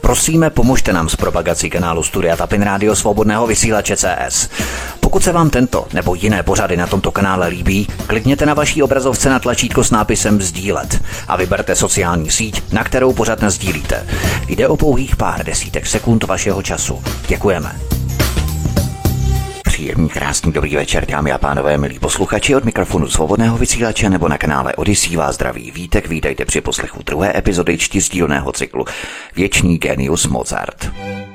Prosíme, pomožte nám s propagací kanálu Studia Tapin Rádio Svobodného vysílače CS. Pokud se vám tento nebo jiné pořady na tomto kanále líbí, klikněte na vaší obrazovce na tlačítko s nápisem sdílet a vyberte sociální síť, na kterou pořad nasdílíte. Jde o pouhých pár desítek sekund vašeho času. Děkujeme. Příjemný, krásný, dobrý večer, dámy a pánové, milí posluchači, od mikrofonu Svobodného vysílače nebo na kanále Odyssey vás zdraví Vítek. Vítejte při poslechu druhé epizody čtyřdílného cyklu Věčný génius Mozart.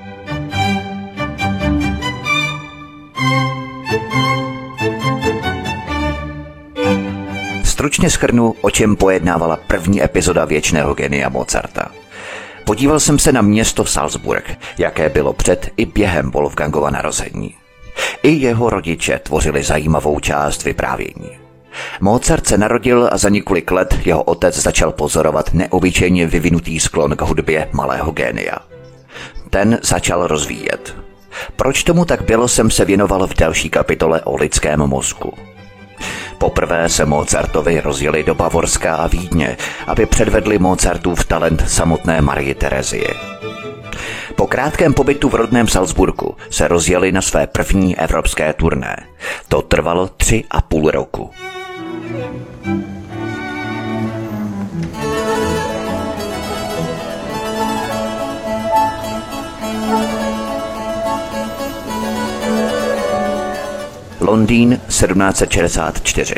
Stručně shrnu, o čem pojednávala první epizoda Věčného génia Mozarta. Podíval jsem se na město Salzburg, jaké bylo před i během Wolfgangova narození. I jeho rodiče tvořili zajímavou část vyprávění. Mozart se narodil a za několik let jeho otec začal pozorovat neobyčejně vyvinutý sklon k hudbě malého génia. Ten začal rozvíjet. Proč tomu tak bylo, jsem se věnoval v další kapitole o lidském mozku. Poprvé se Mozartovi rozjeli do Bavorska a Vídně, aby předvedli Mozartův talent samotné Marie Terezie. Po krátkém pobytu v rodném Salzburgu se rozjeli na své první evropské turné. To trvalo 3,5 roku. Londýn 1764.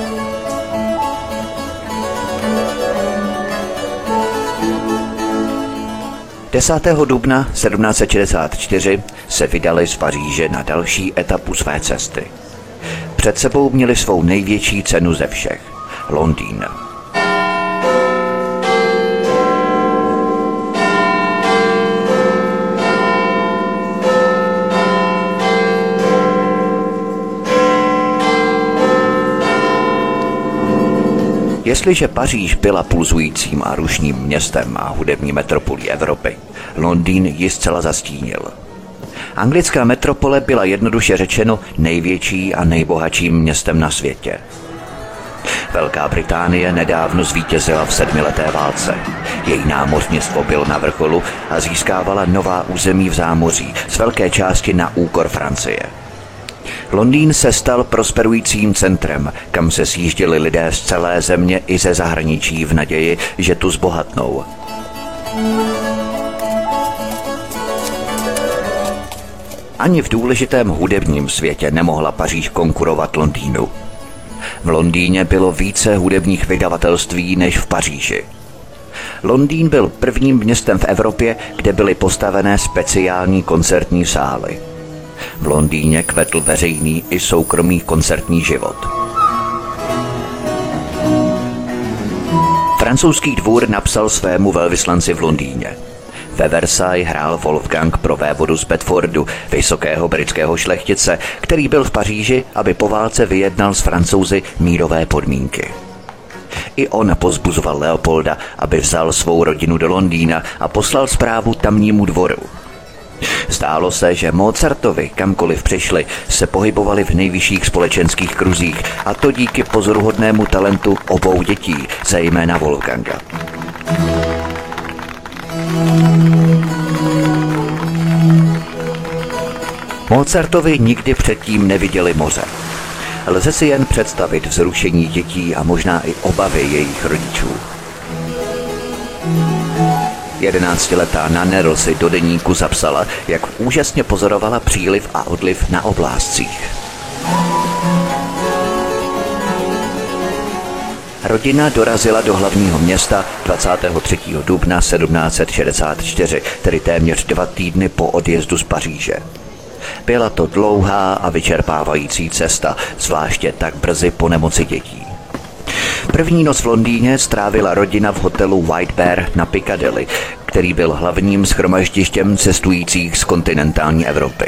Desátého dubna 1764 se vydali z Paříže na další etapu své cesty. Před sebou měli svou největší cenu ze všech – Londýn. Jestliže Paříž byla pulzujícím a rušným městem a hudební metropolí Evropy, Londýn ji zcela zastínil. Anglická metropole byla jednoduše řečeno největší a nejbohatším městem na světě. Velká Británie nedávno zvítězila v 7leté válce. Její námořnictvo bylo na vrcholu a získávala nová území v zámoří, z velké části na úkor Francie. Londýn se stal prosperujícím centrem, kam se sjížděli lidé z celé země i ze zahraničí v naději, že tu zbohatnou. Ani v důležitém hudebním světě nemohla Paříž konkurovat Londýnu. V Londýně bylo více hudebních vydavatelství než v Paříži. Londýn byl prvním městem v Evropě, kde byly postavené speciální koncertní sály. V Londýně kvetl veřejný i soukromý koncertní život. Francouzský dvůr napsal svému velvyslanci v Londýně. Ve Versailles hrál Wolfgang pro vévodu z Bedfordu, vysokého britského šlechtice, který byl v Paříži, aby po válce vyjednal s Francouzi mírové podmínky. I on povzbuzoval Leopolda, aby vzal svou rodinu do Londýna a poslal zprávu tamnímu dvoru. Zdálo se, že Mozartovi, kamkoliv přišli, se pohybovali v nejvyšších společenských kruzích, a to díky pozoruhodnému talentu obou dětí, zejména Wolfganga. Mozartovi nikdy předtím neviděli moře. Lze si jen představit vzrušení dětí a možná i obavy jejich rodičů. 11letá Nannerl si do deníku zapsala, jak úžasně pozorovala příliv a odliv na oblázcích. Rodina dorazila do hlavního města 23. dubna 1764, tedy téměř 2 týdny po odjezdu z Paříže. Byla to dlouhá a vyčerpávající cesta, zvláště tak brzy po nemoci dětí. První noc v Londýně strávila rodina v hotelu White Bear na Piccadilly, který byl hlavním shromaždištěm cestujících z kontinentální Evropy.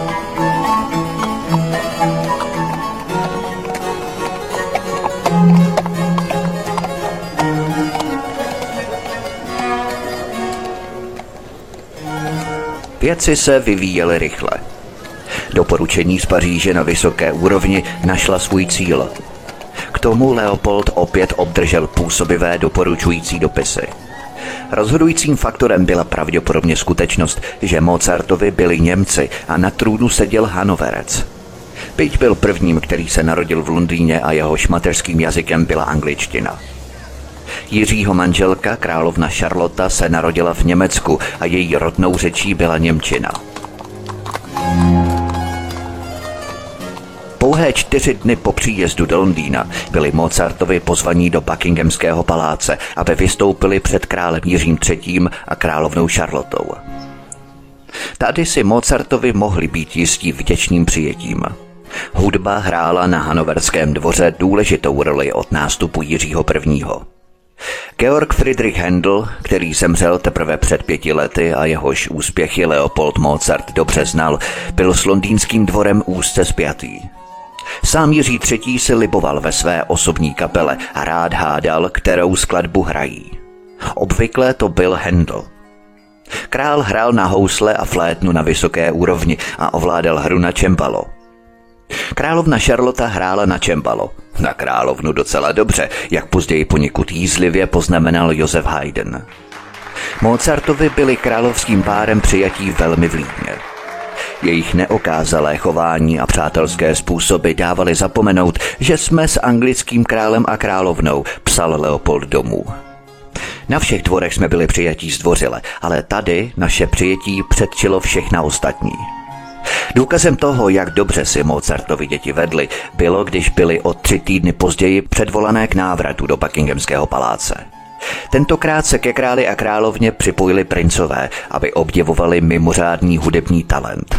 Věci se vyvíjely rychle. Doporučení z Paříže na vysoké úrovni našla svůj cíl. K tomu Leopold opět obdržel působivé doporučující dopisy. Rozhodujícím faktorem byla pravděpodobně skutečnost, že Mozartovi byli Němci a na trůnu seděl Hanoverec. Byť byl prvním, který se narodil v Londýně a jehož mateřským jazykem byla angličtina. Jiřího manželka, královna Charlotta, se narodila v Německu a její rodnou řečí byla němčina. Pouhé 4 dny po příjezdu do Londýna byli Mozartovi pozvaní do Buckinghamského paláce, aby vystoupili před králem Jiřím III. A královnou Charlottou. Tady si Mozartovi mohli být jistí vděčným přijetím. Hudba hrála na hanoverském dvoře důležitou roli od nástupu Jiřího I. Georg Friedrich Händel, který zemřel teprve před 5 lety a jehož úspěchy Leopold Mozart dobře znal, byl s londýnským dvorem úzce spjatý. Sám Jiří III. Si liboval ve své osobní kapele a rád hádal, kterou skladbu hrají. Obvykle to byl Händel. Král hrál na housle a flétnu na vysoké úrovni a ovládal hru na cembalo. Královna Charlotta hrála na cembalo. Na královnu docela dobře, jak později poněkud jízlivě poznamenal Josef Haydn. Mozartovi byli královským párem přijatí velmi vlídně. Jejich neokázalé chování a přátelské způsoby dávali zapomenout, že jsme s anglickým králem a královnou, psal Leopold domů. Na všech dvorech jsme byli přijatí zdvořile, ale tady naše přijetí předčilo všechna ostatní. Důkazem toho, jak dobře si Mozartovi děti vedly, bylo, když byli o 3 týdny později předvolané k návratu do Buckinghamského paláce. Tentokrát se ke králi a královně připojili princové, aby obdivovali mimořádný hudební talent.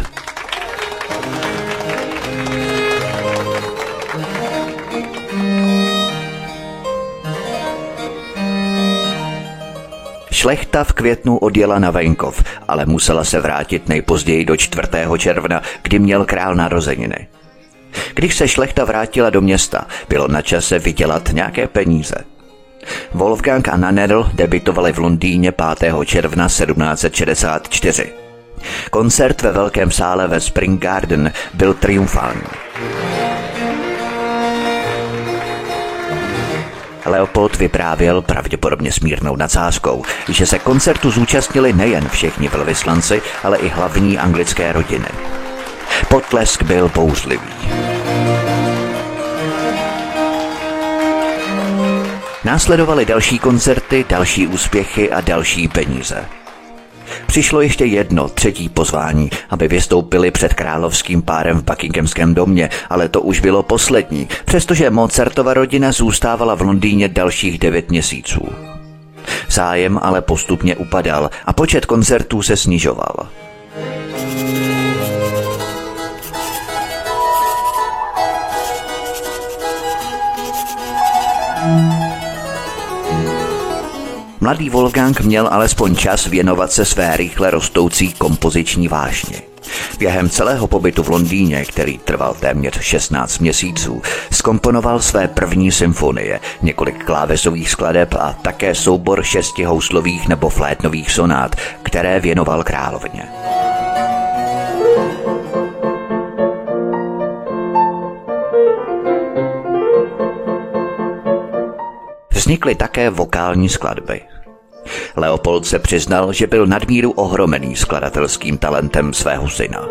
Šlechta v květnu odjela na venkov, ale musela se vrátit nejpozději do 4. června, kdy měl král narozeniny. Když se šlechta vrátila do města, bylo na čase vydělat nějaké peníze. Wolfgang a Nannerl debutovali v Londýně 5. června 1764. Koncert ve velkém sále ve Spring Garden byl triumfální. Leopold vyprávěl, pravděpodobně s mírnou nadsázkou, že se koncertu zúčastnili nejen všichni velvyslanci, ale i hlavní anglické rodiny. Potlesk byl bouřlivý. Následovaly další koncerty, další úspěchy a další peníze. Přišlo ještě jedno, 3. pozvání, aby vystoupili před královským párem v Buckinghamském domě, ale to už bylo poslední, přestože Mozartova rodina zůstávala v Londýně dalších 9 měsíců. Zájem ale postupně upadal a počet koncertů se snižoval. Mladý Wolfgang měl alespoň čas věnovat se své rychle rostoucí kompoziční vášni. Během celého pobytu v Londýně, který trval téměř 16 měsíců, zkomponoval své první symfonie, několik klávesových skladeb a také soubor 6 houslových nebo flétnových sonát, které věnoval královně. Vznikly také vokální skladby. Leopold se přiznal, že byl nadmíru ohromený skladatelským talentem svého syna.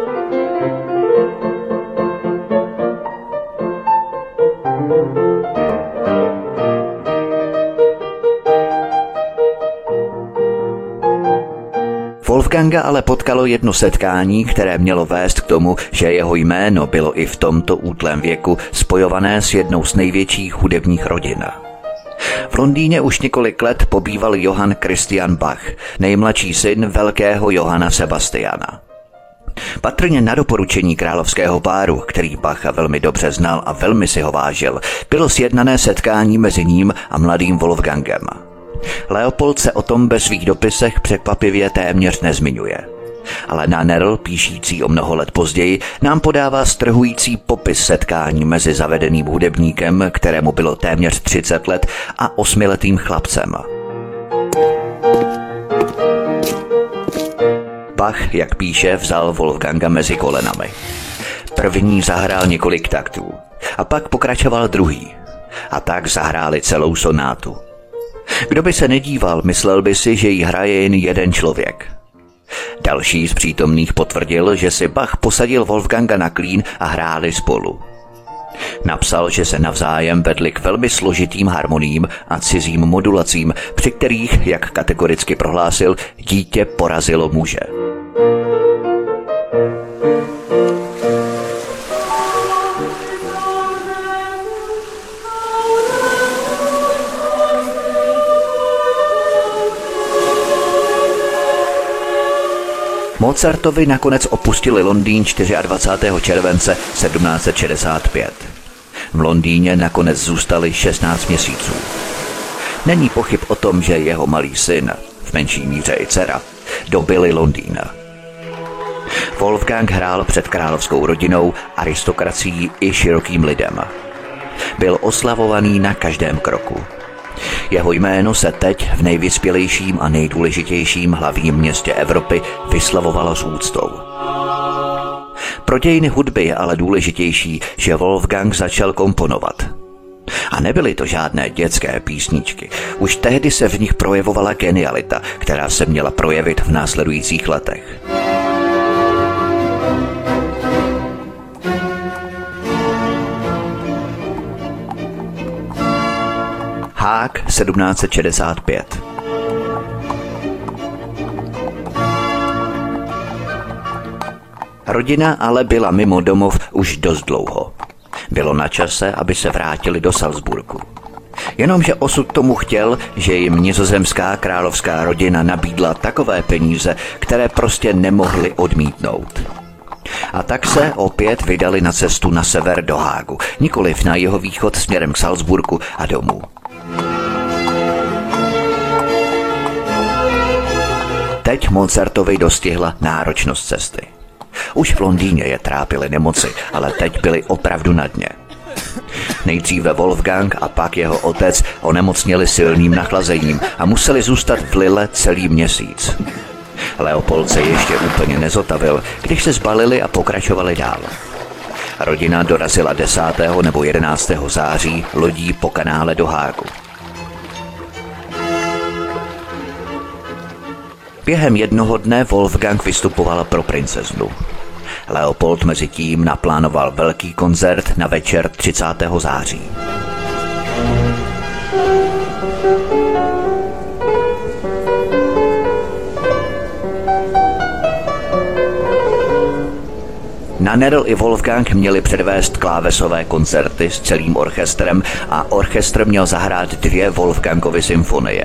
Wolfganga ale potkalo jedno setkání, které mělo vést k tomu, že jeho jméno bylo i v tomto útlém věku spojované s jednou z největších hudebních rodin. V Londýně už několik let pobýval Johann Christian Bach, nejmladší syn velkého Johanna Sebastiana. Patrně na doporučení královského páru, který Bacha velmi dobře znal a velmi si ho vážil, bylo sjednané setkání mezi ním a mladým Wolfgangem. Leopold se o tom ve svých dopisech překvapivě téměř nezmiňuje. Ale Nannerl, píšící o mnoho let později, nám podává strhující popis setkání mezi zavedeným hudebníkem, kterému bylo téměř 30 let, a 8letým chlapcem. Bach, jak píše, vzal Wolfganga mezi kolenami. První zahrál několik taktů a pak pokračoval druhý. A tak zahráli celou sonátu. Kdo by se nedíval, myslel by si, že jí hraje jen jeden člověk. Další z přítomných potvrdil, že si Bach posadil Wolfganga na klín a hráli spolu. Napsal, že se navzájem vedli k velmi složitým harmoniím a cizím modulacím, při kterých, jak kategoricky prohlásil, dítě porazilo muže. Mozartovi nakonec opustili Londýn 24. července 1765. V Londýně nakonec zůstali 16 měsíců. Není pochyb o tom, že jeho malý syn, v menší míře i dcera, dobyli Londýna. Wolfgang hrál před královskou rodinou, aristokracií i širokým lidem. Byl oslavovaný na každém kroku. Jeho jméno se teď v nejvyspělejším a nejdůležitějším hlavním městě Evropy vyslavovalo s úctou. Pro dějiny hudby je ale důležitější, že Wolfgang začal komponovat. A nebyly to žádné dětské písničky. Už tehdy se v nich projevovala genialita, která se měla projevit v následujících letech. Haag 1765. Rodina ale byla mimo domov už dost dlouho. Bylo na čase, aby se vrátili do Salzburgu. Jenomže osud tomu chtěl, že jim nizozemská královská rodina nabídla takové peníze, které prostě nemohli odmítnout. A tak se opět vydali na cestu na sever do Hágu, nikoliv na jeho východ směrem k Salzburgu a domů. Teď Mozartovi dostihla náročnost cesty. Už v Londýně je trápily nemoci, ale teď byli opravdu na dně. Nejdříve Wolfgang a pak jeho otec onemocněli silným nachlazením a museli zůstat v Lille celý měsíc. Leopold se ještě úplně nezotavil, když se zbalili a pokračovali dál. Rodina dorazila 10. nebo 11. září lodí po kanále do Hágu. Během jednoho dne Wolfgang vystupoval pro princeznu. Leopold mezi tím naplánoval velký koncert na večer 30. září. Nannerl i Wolfgang měli předvést klávesové koncerty s celým orchestrem a orchestr měl zahrát 2 Wolfgangovy symfonie.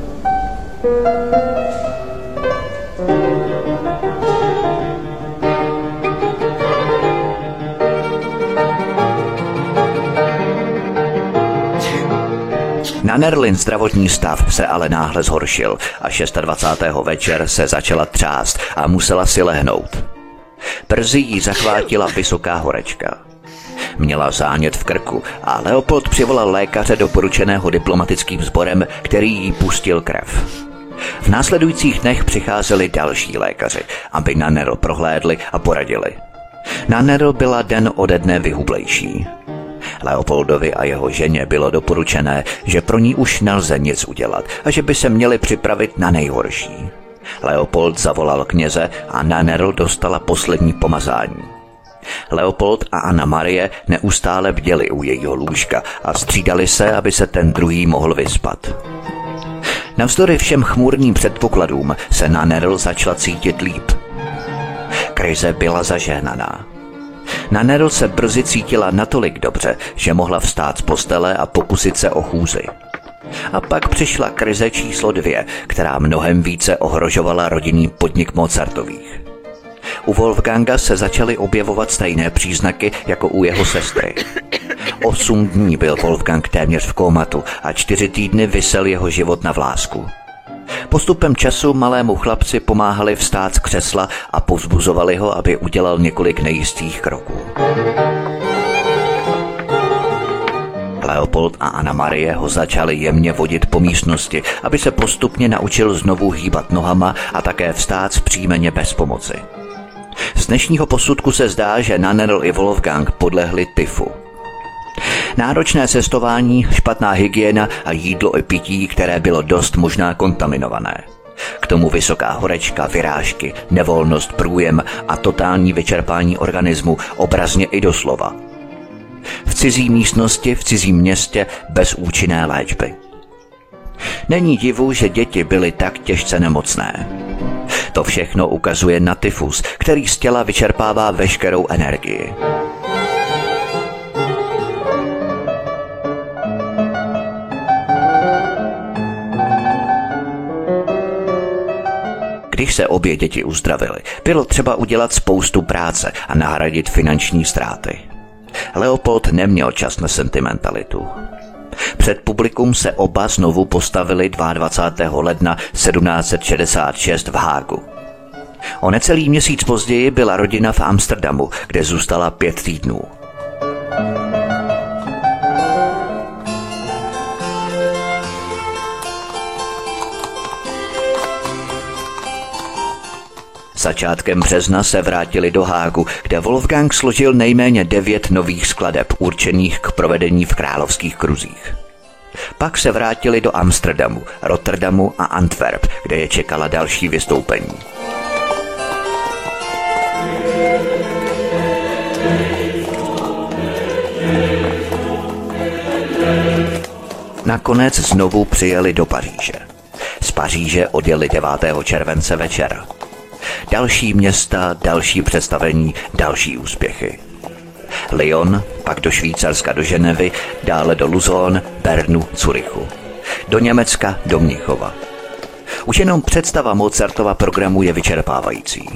Nannerlin zdravotní stav se ale náhle zhoršil a 26. večer se začala třást a musela si lehnout. Brzy jí zachvátila vysoká horečka. Měla zánět v krku a Leopold přivolal lékaře doporučeného diplomatickým sborem, který jí pustil krev. V následujících dnech přicházeli další lékaři, aby Nannerl prohlédli a poradili. Nannerl byla den ode dne vyhublejší. Leopoldovi a jeho ženě bylo doporučené, že pro ní už nelze nic udělat a že by se měli připravit na nejhorší. Leopold zavolal kněze a Nannerl dostala poslední pomazání. Leopold a Anna Marie neustále bděli u jejího lůžka a střídali se, aby se ten druhý mohl vyspat. Navzdory všem chmurným předpokladům se Nannerl začala cítit líp. Krize byla zažehnaná. Nannerl se brzy cítila natolik dobře, že mohla vstát z postele a pokusit se o chůzi. A pak přišla krize číslo 2, která mnohem více ohrožovala rodinný podnik Mozartových. U Wolfganga se začaly objevovat stejné příznaky jako u jeho sestry. 8 dní byl Wolfgang téměř v kómatu a 4 týdny visel jeho život na vlásku. Postupem času malému chlapci pomáhali vstát z křesla a povzbuzovali ho, aby udělal několik nejistých kroků. Leopold a Anna Marie ho začali jemně vodit po místnosti, aby se postupně naučil znovu hýbat nohama a také vstát vzpřímeně bez pomoci. Z dnešního posudku se zdá, že Nannerl i Wolfgang podlehli tyfu. Náročné cestování, špatná hygiena a jídlo i pití, které bylo dost možná kontaminované. K tomu vysoká horečka, vyrážky, nevolnost, průjem a totální vyčerpání organismu, obrazně i doslova. V cizí místnosti, v cizím městě, bez účinné léčby. Není divu, že děti byly tak těžce nemocné. To všechno ukazuje na tyfus, který z těla vyčerpává veškerou energii. Když se obě děti uzdravily, bylo třeba udělat spoustu práce a nahradit finanční ztráty. Leopold neměl čas na sentimentalitu. Před publikum se oba znovu postavili 22. ledna 1766 v Hágu. O necelý měsíc později byla rodina v Amsterdamu, kde zůstala 5 týdnů. Začátkem března se vrátili do Hágu, kde Wolfgang složil nejméně 9 nových skladeb určených k provedení v královských kruzích. Pak se vrátili do Amsterdamu, Rotterdamu a Antwerp, kde je čekala další vystoupení. Nakonec znovu přijeli do Paříže. Z Paříže odjeli 9. července večer. Další města, další představení, další úspěchy. Lyon, pak do Švýcarska, do Ženevy, dále do Luzon, Bernu, Curychu. Do Německa, do Mnichova. Už jenom představa Mozartova programu je vyčerpávající.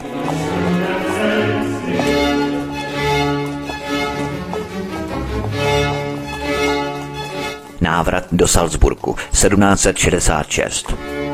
Návrat do Salzburgu, 1766.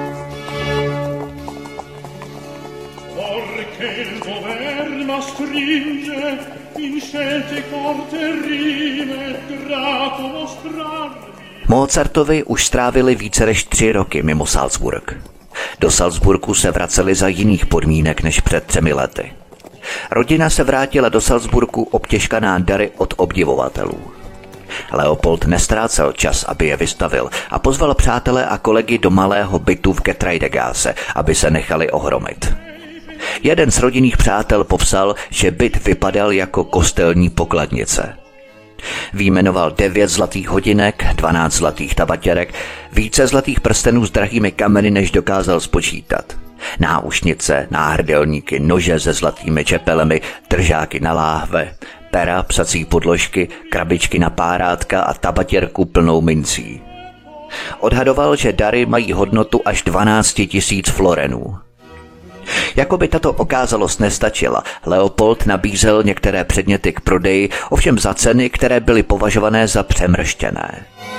Mozartovi už strávili více než 3 roky mimo Salzburg. Do Salzburgu se vraceli za jiných podmínek než před 3 lety. Rodina se vrátila do Salzburgu obtěžkaná dary od obdivovatelů. Leopold nestrácel čas, aby je vystavil a pozval přátelé a kolegy do malého bytu v Getreidegasse, aby se nechali ohromit. Jeden z rodinných přátel popsal, že byt vypadal jako kostelní pokladnice. Vyjmenoval 9 zlatých hodinek, 12 zlatých tabatěrek, více zlatých prstenů s drahými kameny, než dokázal spočítat. Náušnice, náhrdelníky, nože se zlatými čepelemi, držáky na láhve, pera, psací podložky, krabičky na párátka a tabatěrku plnou mincí. Odhadoval, že dary mají hodnotu až 12 000 florenů. Jakoby tato okázalost nestačila, Leopold nabízel některé předměty k prodeji, ovšem za ceny, které byly považované za přemrštěné.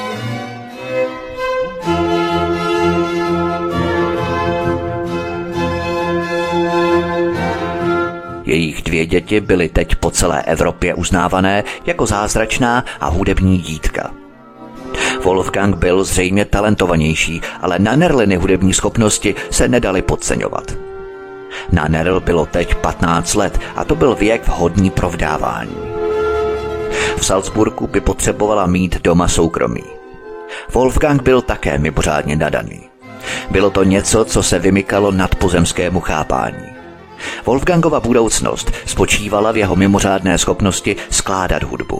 Jejich 2 děti byly teď po celé Evropě uznávané jako zázračná a hudební dítka. Wolfgang byl zřejmě talentovanější, ale na Nerliny hudební schopnosti se nedaly podceňovat. Na Nerl bylo teď 15 let a to byl věk vhodný pro vdávání. V Salzburgu by potřebovala mít doma soukromí. Wolfgang byl také mimořádně nadaný. Bylo to něco, co se vymykalo nadpozemskému chápání. Wolfgangova budoucnost spočívala v jeho mimořádné schopnosti skládat hudbu.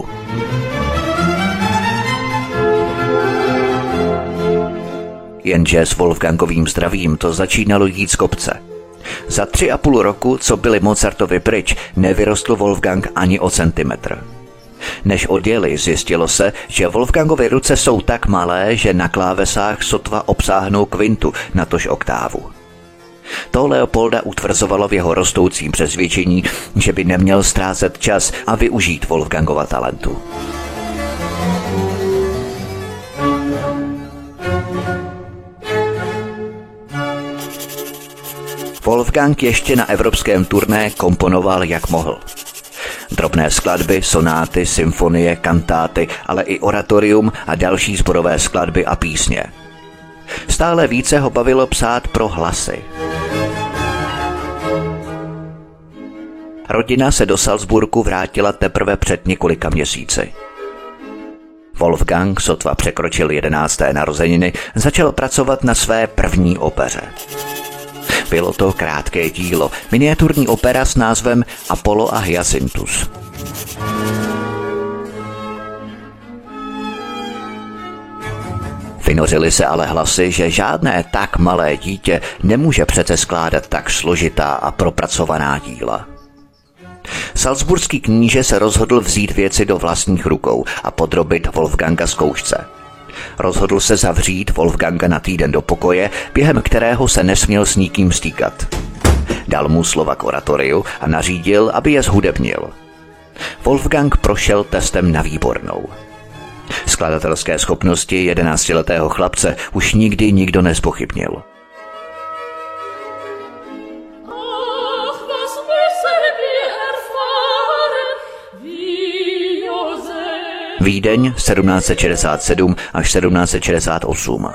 Jenže s Wolfgangovým zdravím to začínalo jít z kopce. Za 3,5 roku, co byli Mozartovi pryč, nevyrostl Wolfgang ani o centimetr. Než odjeli, zjistilo se, že Wolfgangovy ruce jsou tak malé, že na klávesách sotva obsáhnou kvintu, natož oktávu. To Leopolda utvrzovalo v jeho rostoucím přesvědčení, že by neměl ztrácet čas a využít Wolfgangova talentu. Wolfgang ještě na evropském turné komponoval, jak mohl. Drobné skladby, sonáty, symfonie, kantáty, ale i oratorium a další sborové skladby a písně. Stále více ho bavilo psát pro hlasy. Rodina se do Salzburgu vrátila teprve před několika měsíci. Wolfgang, sotva překročil 11. narozeniny, začal pracovat na své první opeře. Bylo to krátké dílo, miniaturní opera s názvem Apollo a Hyacinthus. Vynořily se ale hlasy, že žádné tak malé dítě nemůže přece skládat tak složitá a propracovaná díla. Salzburský kníže se rozhodl vzít věci do vlastních rukou a podrobit Wolfganga zkoušce. Rozhodl se zavřít Wolfganga na týden do pokoje, během kterého se nesměl s nikým stýkat. Dal mu slova k oratoriu a nařídil, aby je zhudebnil. Wolfgang prošel testem na výbornou. Skladatelské schopnosti 11letého chlapce už nikdy nikdo nezpochybnil. Vídeň 1767 až 1768.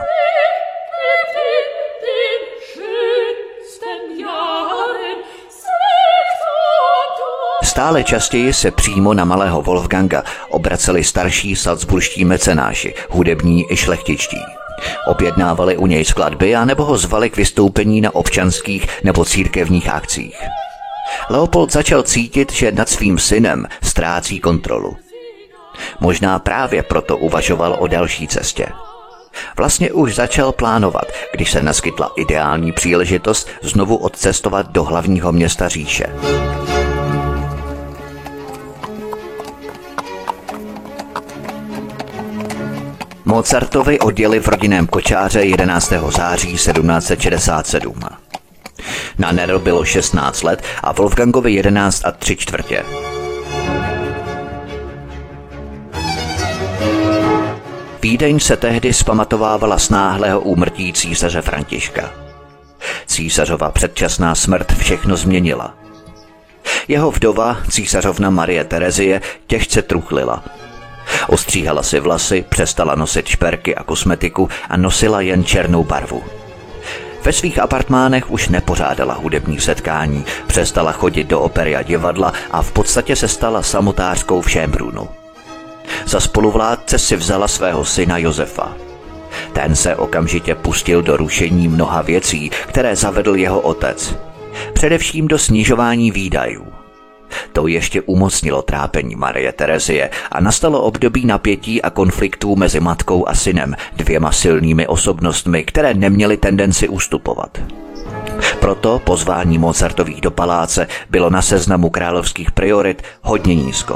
Stále častěji se přímo na malého Wolfganga obraceli starší salzburští mecenáši, hudební i šlechtičtí. Objednávali u něj skladby a nebo ho zvali k vystoupení na občanských nebo církevních akcích. Leopold začal cítit, že nad svým synem ztrácí kontrolu. Možná právě proto uvažoval o další cestě. Vlastně už začal plánovat, když se naskytla ideální příležitost znovu odcestovat do hlavního města říše. Mozartovi odjeli v rodinném kočáře 11. září 1767. Na Nero bylo 16 let a Wolfgangovi 11 3/4. Vídeň se tehdy zpamatovávala z náhlého úmrtí císaře Františka. Císařova předčasná smrt všechno změnila. Jeho vdova, císařovna Marie Terezie, těžce truchlila. Ostříhala si vlasy, přestala nosit šperky a kosmetiku a nosila jen černou barvu. Ve svých apartmánech už nepořádala hudební setkání, přestala chodit do opery a divadla a v podstatě se stala samotářkou v Schönbrunnu. Za spoluvládce si vzala svého syna Josefa. Ten se okamžitě pustil do rušení mnoha věcí, které zavedl jeho otec. Především do snižování výdajů. To ještě umocnilo trápení Marie Terezie a nastalo období napětí a konfliktů mezi matkou a synem, dvěma silnými osobnostmi, které neměly tendenci ustupovat. Proto pozvání Mozartových do paláce bylo na seznamu královských priorit hodně nízko.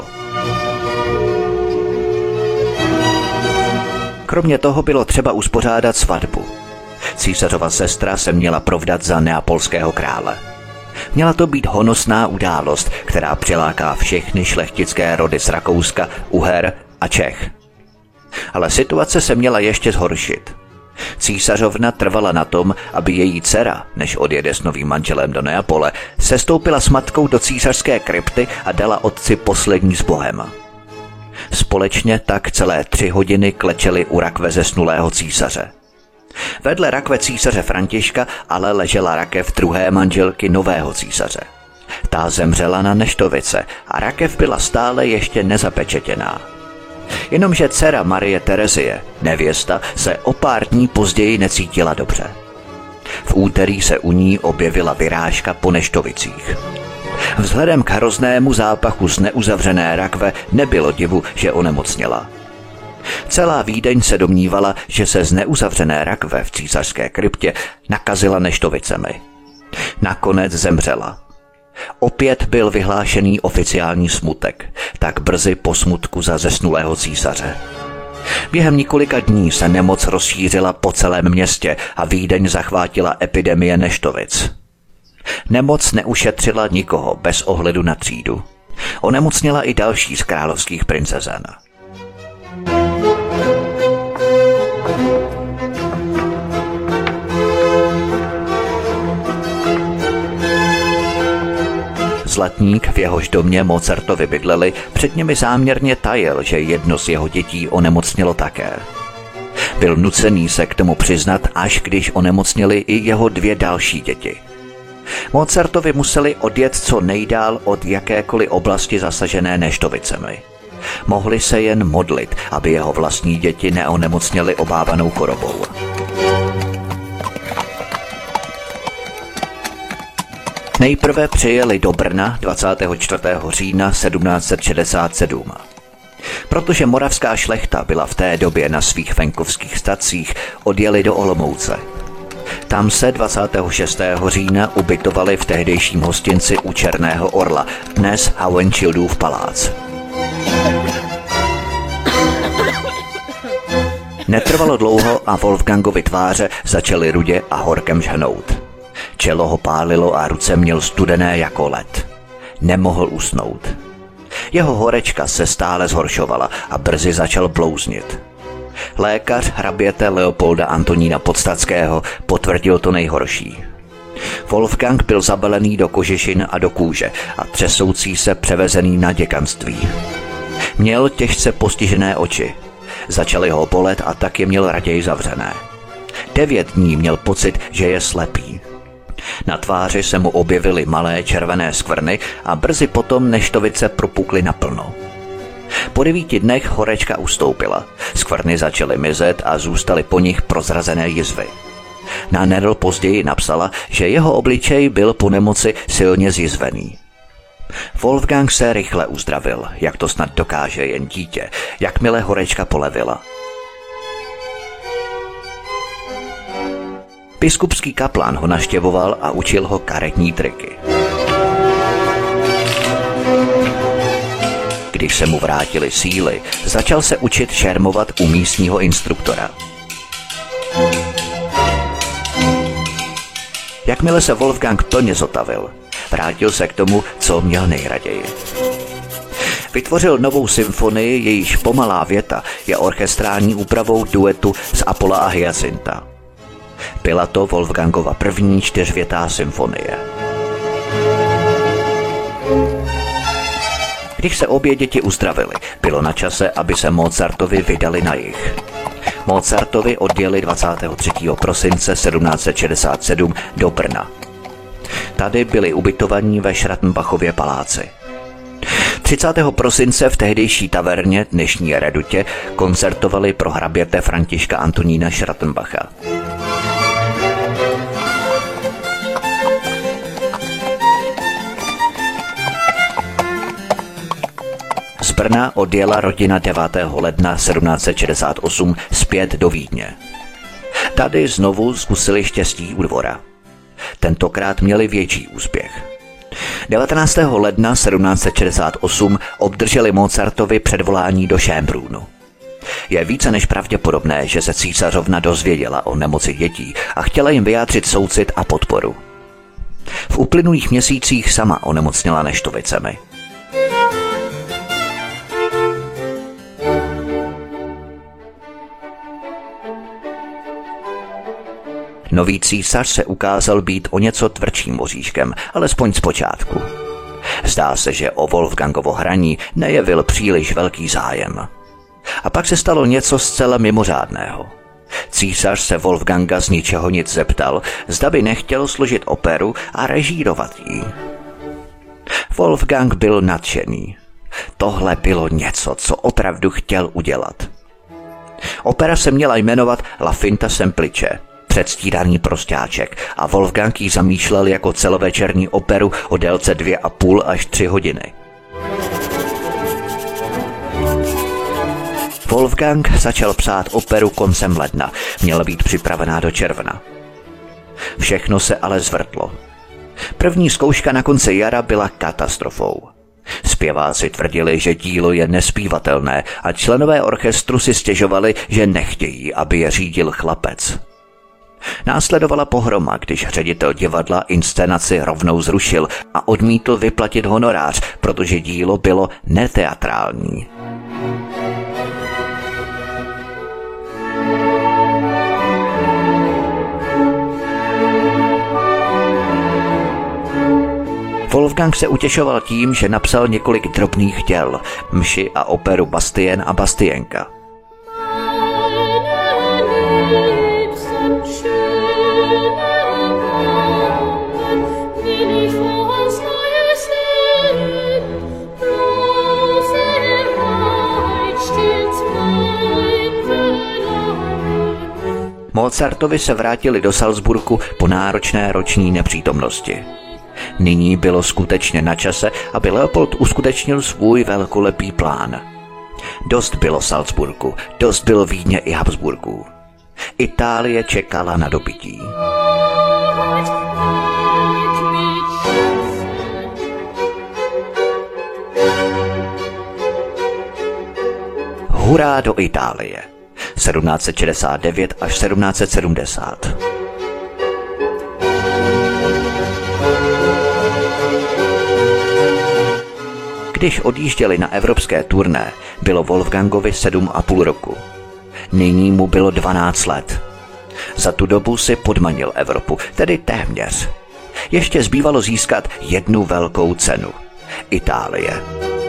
Kromě toho bylo třeba uspořádat svatbu. Císařova sestra se měla provdat za neapolského krále. Měla to být honosná událost, která přiláká všechny šlechtické rody z Rakouska, Uher a Čech. Ale situace se měla ještě zhoršit. Císařovna trvala na tom, aby její dcera, než odjede s novým manželem do Neapole, sestoupila s matkou do císařské krypty a dala otci poslední s Bohem. Společně tak celé 3 hodiny klečeli u rakve zesnulého císaře. Vedle rakve císaře Františka ale ležela rakev druhé manželky nového císaře. Ta zemřela na neštovice a rakev byla stále ještě nezapečetěná. Jenomže dcera Marie Terezie, nevěsta, se o pár dní později necítila dobře. V úterý se u ní objevila vyrážka po neštovicích. Vzhledem k hroznému zápachu z neuzavřené rakve nebylo divu, že onemocněla. Celá Vídeň se domnívala, že se z neuzavřené rakve v císařské kryptě nakazila neštovicemi. Nakonec zemřela. Opět byl vyhlášený oficiální smutek, tak brzy po smutku za zesnulého císaře. Během několika dní se nemoc rozšířila po celém městě a Vídeň zachvátila epidemie neštovic. Nemoc neušetřila nikoho bez ohledu na třídu. Onemocněla i další z královských princezen. Zlatník, v jehož domě Mozartovi bydleli, před nimi záměrně tajil, že jedno z jeho dětí onemocnělo také. Byl nucený se k tomu přiznat, až když onemocněli i jeho 2 další děti. Mozartovi museli odjet co nejdál od jakékoliv oblasti zasažené neštovicemi. Mohli se jen modlit, aby jeho vlastní děti neonemocněly obávanou chorobou. Nejprve přijeli do Brna 24. října 1767. Protože moravská šlechta byla v té době na svých venkovských stacích, odjeli do Olomouce. Tam se 26. října ubytovali v tehdejším hostinci u Černého Orla, dnes Hohenschildův palác. Netrvalo dlouho a Wolfgangovi tváře začaly rudě a horkem žhnout. Čelo ho pálilo a ruce měl studené jako led. Nemohl usnout. Jeho horečka se stále zhoršovala a brzy začal blouznit. Lékař hraběte Leopolda Antonína Podstatského potvrdil to nejhorší. Wolfgang byl zabalený do kožešin a do kůže a třesoucí se převezený na děkanství. Měl těžce postižené oči. Začaly ho bolet a tak je měl raději zavřené. 9 dní měl pocit, že je slepý. Na tváři se mu objevily malé červené skvrny a brzy potom neštovice propukly naplno. Po 9 dnech horečka ustoupila, skvrny začaly mizet a zůstaly po nich prozrazené jizvy. Na Nerl později napsala, že jeho obličej byl po nemoci silně zjizvený. Wolfgang se rychle uzdravil, jak to snad dokáže jen dítě, jakmile horečka polevila. Biskupský kaplan ho navštěvoval a učil ho karetní triky. Když se mu vrátily síly, začal se učit šermovat u místního instruktora. Jakmile se Wolfgang plně zotavil, vrátil se k tomu, co měl nejraději. Vytvořil novou symfonii, jejíž pomalá věta je orchestrální úpravou duetu z Apolla a Hyacinta. Byla to Wolfgangova první 4větá symfonie. Když se obě děti uzdravily, bylo na čase, aby se Mozartovi vydali na jih. Mozartovi odjeli 23. prosince 1767 do Brna. Tady byli ubytovaní ve Schrattenbachově paláci. 30. prosince v tehdejší taverně, dnešní Redutě, koncertovali pro hraběte Františka Antonína Schrattenbacha. Z Brna odjela rodina 9. ledna 1768 zpět do Vídně. Tady znovu zkusili štěstí u dvora. Tentokrát měli větší úspěch. 19. ledna 1768 obdrželi Mozartovi předvolání do Schönbrunnu. Je více než pravděpodobné, že se císařovna dozvěděla o nemoci dětí a chtěla jim vyjádřit soucit a podporu. V uplynulých měsících sama onemocněla neštovicemi. Nový císař se ukázal být o něco tvrdším oříškem, alespoň zpočátku. Zdá se, že o Wolfgangovo hraní nejevil příliš velký zájem. A pak se stalo něco zcela mimořádného. Císař se Wolfganga z ničeho nic zeptal, zda by nechtěl složit operu a režírovat ji. Wolfgang byl nadšený. Tohle bylo něco, co opravdu chtěl udělat. Opera se měla jmenovat La Finta Semplice, předstíraný prostáček, a Wolfgang ji zamýšlel jako celovečerní operu o délce 2,5 až 3 hodiny. Wolfgang začal psát operu koncem ledna, měla být připravená do června. Všechno se ale zvrtlo. První zkouška na konci jara byla katastrofou. Zpěváci tvrdili, že dílo je nespívatelné a členové orchestru si stěžovali, že nechtějí, aby je řídil chlapec. Následovala pohroma, když ředitel divadla inscenaci rovnou zrušil a odmítl vyplatit honorář, protože dílo bylo neteatrální. Wolfgang se utěšoval tím, že napsal několik drobných děl, mši a operu Bastien a Bastienka. Mozartovi se vrátili do Salzburgu po náročné roční nepřítomnosti. Nyní bylo skutečně na čase, aby Leopold uskutečnil svůj velkolepý plán. Dost bylo Salzburgu, dost bylo Vídně i Habsburků. Itálie čekala na dobytí. Hurá do Itálie. 1769 až 1770. Když odjížděli na evropské turné, bylo Wolfgangovi 7,5 roku. Nyní mu bylo 12 let. Za tu dobu si podmanil Evropu, tedy téměř. Ještě zbývalo získat jednu velkou cenu. Itálie.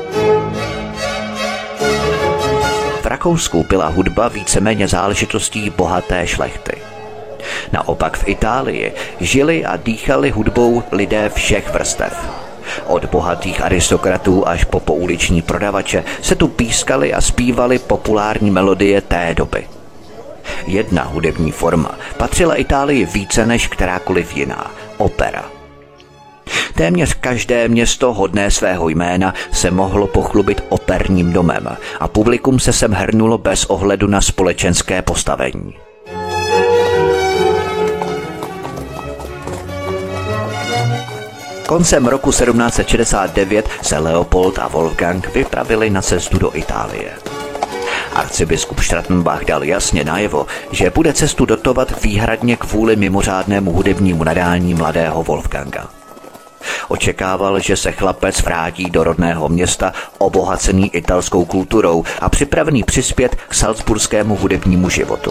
V Rakousku byla hudba víceméně záležitostí bohaté šlechty. Naopak v Itálii žili a dýchali hudbou lidé všech vrstev. Od bohatých aristokratů až po pouliční prodavače se tu pískaly a zpívaly populární melodie té doby. Jedna hudební forma patřila Itálii více než kterákoliv jiná – opera. Téměř každé město hodné svého jména se mohlo pochlubit operním domem a publikum se sem hrnulo bez ohledu na společenské postavení. Koncem roku 1769 se Leopold a Wolfgang vypravili na cestu do Itálie. Arcibiskup Schrattenbach dal jasně najevo, že bude cestu dotovat výhradně kvůli mimořádnému hudebnímu nadání mladého Wolfganga. Očekával, že se chlapec vrátí do rodného města obohacený italskou kulturou a připravený přispět k salzburskému hudebnímu životu.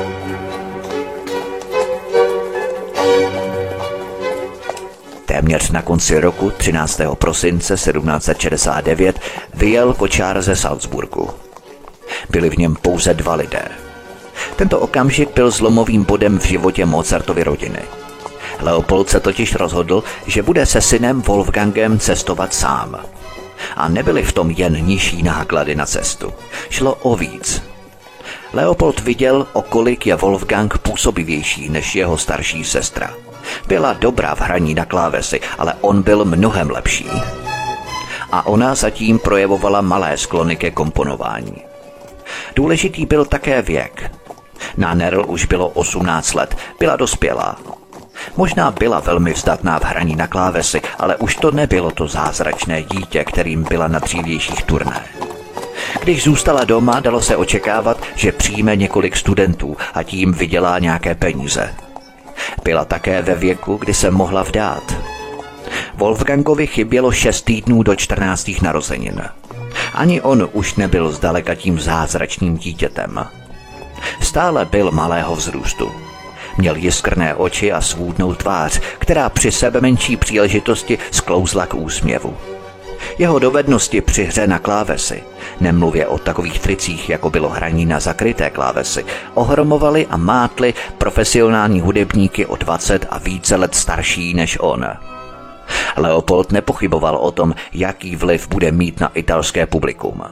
Téměř na konci roku 13. prosince 1769 vyjel kočár ze Salzburgu. Byli v něm pouze 2 lidé. Tento okamžik byl zlomovým bodem v životě Mozartovy rodiny. Leopold se totiž rozhodl, že bude se synem Wolfgangem cestovat sám. A nebyly v tom jen nižší náklady na cestu. Šlo o víc. Leopold viděl, o kolik je Wolfgang působivější než jeho starší sestra. Byla dobrá v hraní na klávesy, ale on byl mnohem lepší. A ona zatím projevovala malé sklony ke komponování. Důležitý byl také věk. Na Nerl už bylo 18 let, byla dospělá. Možná byla velmi vzdatná v hraní na klávesy, ale už to nebylo to zázračné dítě, kterým byla na dřívějších turné. Když zůstala doma, dalo se očekávat, že přijme několik studentů a tím vydělá nějaké peníze. Byla také ve věku, kdy se mohla vdát. Wolfgangovi chybělo 6 týdnů do 14. narozenin. Ani on už nebyl zdaleka tím zázračným dítětem. Stále byl malého vzrůstu. Měl jiskrné oči a svůdnou tvář, která při sebe menší příležitosti sklouzla k úsměvu. Jeho dovednosti při hře na klávesy, nemluvě o takových tricích, jako bylo hraní na zakryté klávesy, ohromovaly a mátly profesionální hudebníky o 20 a více let starší než on. Leopold nepochyboval o tom, jaký vliv bude mít na italské publikum.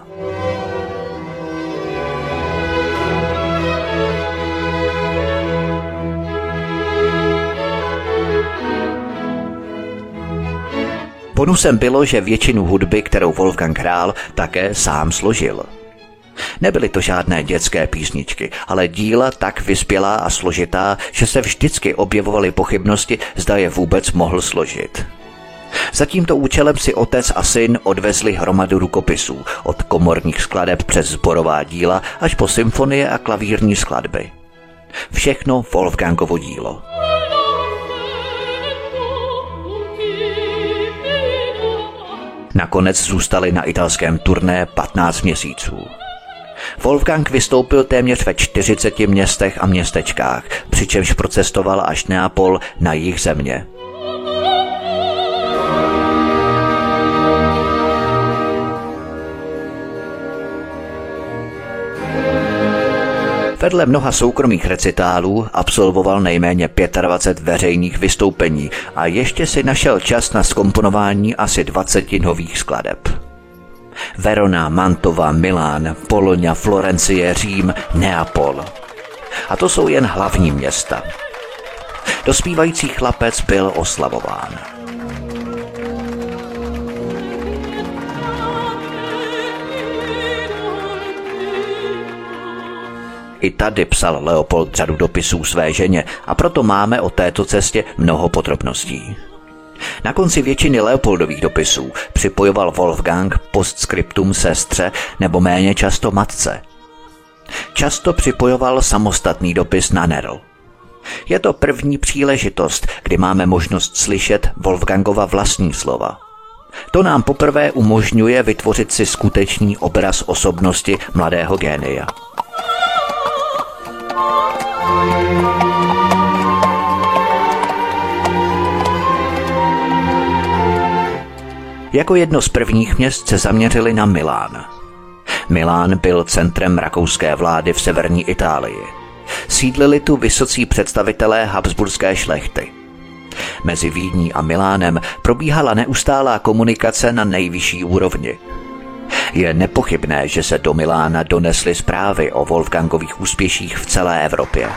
Bonusem bylo, že většinu hudby, kterou Wolfgang hrál, také sám složil. Nebyly to žádné dětské písničky, ale díla tak vyspělá a složitá, že se vždycky objevovaly pochybnosti, zda je vůbec mohl složit. Za tímto účelem si otec a syn odvezli hromadu rukopisů, od komorních skladeb přes sborová díla až po symfonie a klavírní skladby. Všechno Wolfgangovo dílo. Nakonec zůstali na italském turné 15 měsíců. Wolfgang vystoupil téměř ve 40 městech a městečkách, přičemž procestoval až Neapol na jih země. Vedle mnoha soukromých recitálů absolvoval nejméně 25 veřejných vystoupení a ještě si našel čas na zkomponování asi 20 nových skladeb. Verona, Mantova, Milán, Poloňa, Florencie, Řím, Neapol. A to jsou jen hlavní města. Dospívající chlapec byl oslavován. I tady psal Leopold řadu dopisů své ženě a proto máme o této cestě mnoho podrobností. Na konci většiny Leopoldových dopisů připojoval Wolfgang postscriptum sestře nebo méně často matce. Často připojoval samostatný dopis na Nerl. Je to první příležitost, kdy máme možnost slyšet Wolfgangova vlastní slova. To nám poprvé umožňuje vytvořit si skutečný obraz osobnosti mladého génia. Jako jedno z prvních měst se zaměřili na Milán. Milán byl centrem rakouské vlády v severní Itálii. Sídlili tu vysocí představitelé habsburské šlechty. Mezi Vídní a Milánem probíhala neustálá komunikace na nejvyšší úrovni. Je nepochybné, že se do Milána donesly zprávy o Wolfgangových úspěších v celé Evropě.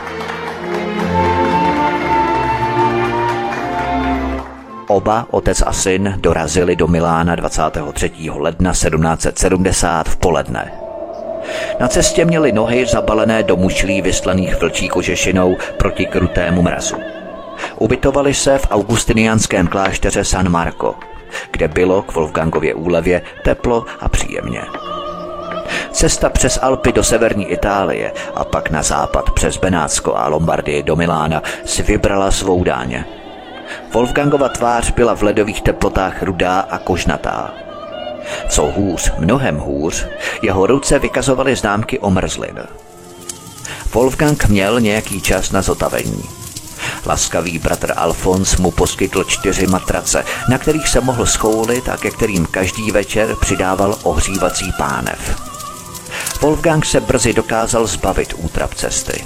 Oba, otec a syn, dorazili do Milána 23. ledna 1770 v poledne. Na cestě měli nohy zabalené do mušlí vyslaných vlčí kožešinou proti krutému mrazu. Ubytovali se v augustiniánském klášteře San Marco, kde bylo k Wolfgangově úlevě teplo a příjemně. Cesta přes Alpy do severní Itálie a pak na západ přes Benátsko a Lombardii do Milána si vybrala svou dáň. Wolfgangova tvář byla v ledových teplotách rudá a kožnatá. Co hůř, mnohem hůř, jeho ruce vykazovaly známky omrzlin. Wolfgang měl nějaký čas na zotavení. Laskavý bratr Alfons mu poskytl 4 matrace, na kterých se mohl schoulit a ke kterým každý večer přidával ohřívací pánev. Wolfgang se brzy dokázal zbavit útrap cesty.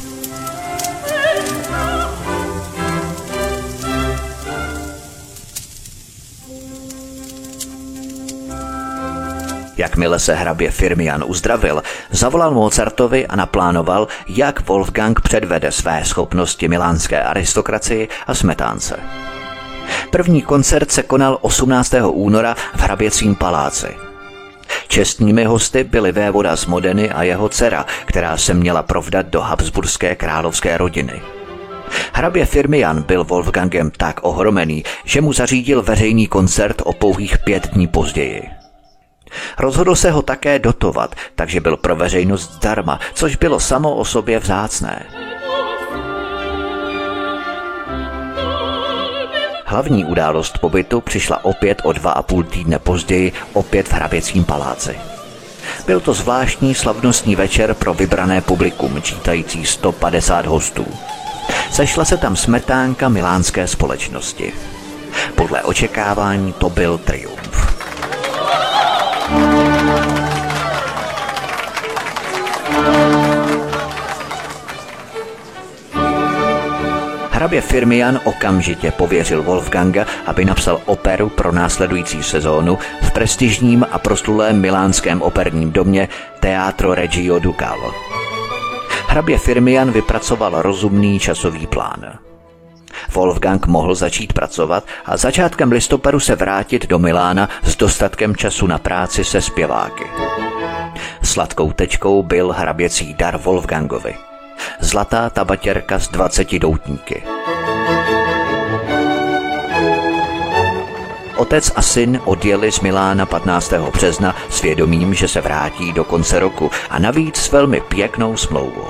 Jakmile se hrabě Firmian uzdravil, zavolal Mozartovi a naplánoval, jak Wolfgang předvede své schopnosti milánské aristokracii a smetánce. První koncert se konal 18. února v hraběcím paláci. Čestnými hosty byli vévoda z Modeny a jeho dcera, která se měla provdat do habsburské královské rodiny. Hrabě Firmian byl Wolfgangem tak ohromený, že mu zařídil veřejný koncert o pouhých 5 dní později. Rozhodl se ho také dotovat, takže byl pro veřejnost zdarma, což bylo samo o sobě vzácné. Hlavní událost pobytu přišla opět o 2,5 týdne později, opět v hraběcím paláci. Byl to zvláštní slavnostní večer pro vybrané publikum, čítající 150 hostů. Sešla se tam smetánka milánské společnosti. Podle očekávání to byl triumf. Hrabě Firmian okamžitě pověřil Wolfganga, aby napsal operu pro následující sezónu v prestižním a proslulém milánském operním domě Teatro Regio Ducale. Hrabě Firmian vypracoval rozumný časový plán. Wolfgang mohl začít pracovat a začátkem listopadu se vrátit do Milána s dostatkem času na práci se zpěváky. Sladkou tečkou byl hraběcí dar Wolfgangovi. Zlatá tabatěrka s 20 doutníky. Otec a syn odjeli z Milána 15. března s vědomím, že se vrátí do konce roku a navíc s velmi pěknou smlouvou.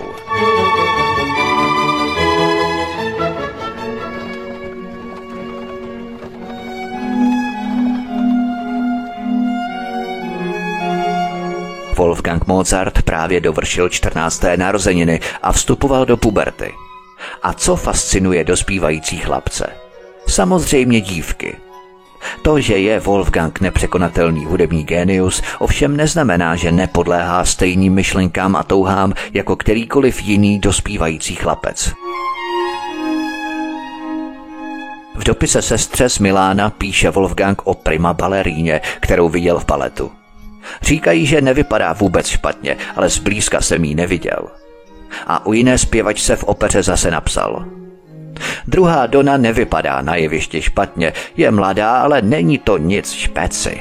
Wolfgang Mozart právě dovršil 14. narozeniny a vstupoval do puberty. A co fascinuje dospívající chlapce? Samozřejmě dívky. To, že je Wolfgang nepřekonatelný hudební génius, ovšem neznamená, že nepodléhá stejným myšlenkám a touhám jako kterýkoliv jiný dospívající chlapec. V dopise sestře z Milána píše Wolfgang o prima baleríně, kterou viděl v baletu. Říkají, že nevypadá vůbec špatně, ale zblízka jsem ji neviděl. A o jiné zpěvačce v opeře zase napsal: Druhá Donna nevypadá na jevišti špatně, je mladá, ale není to nic špeci.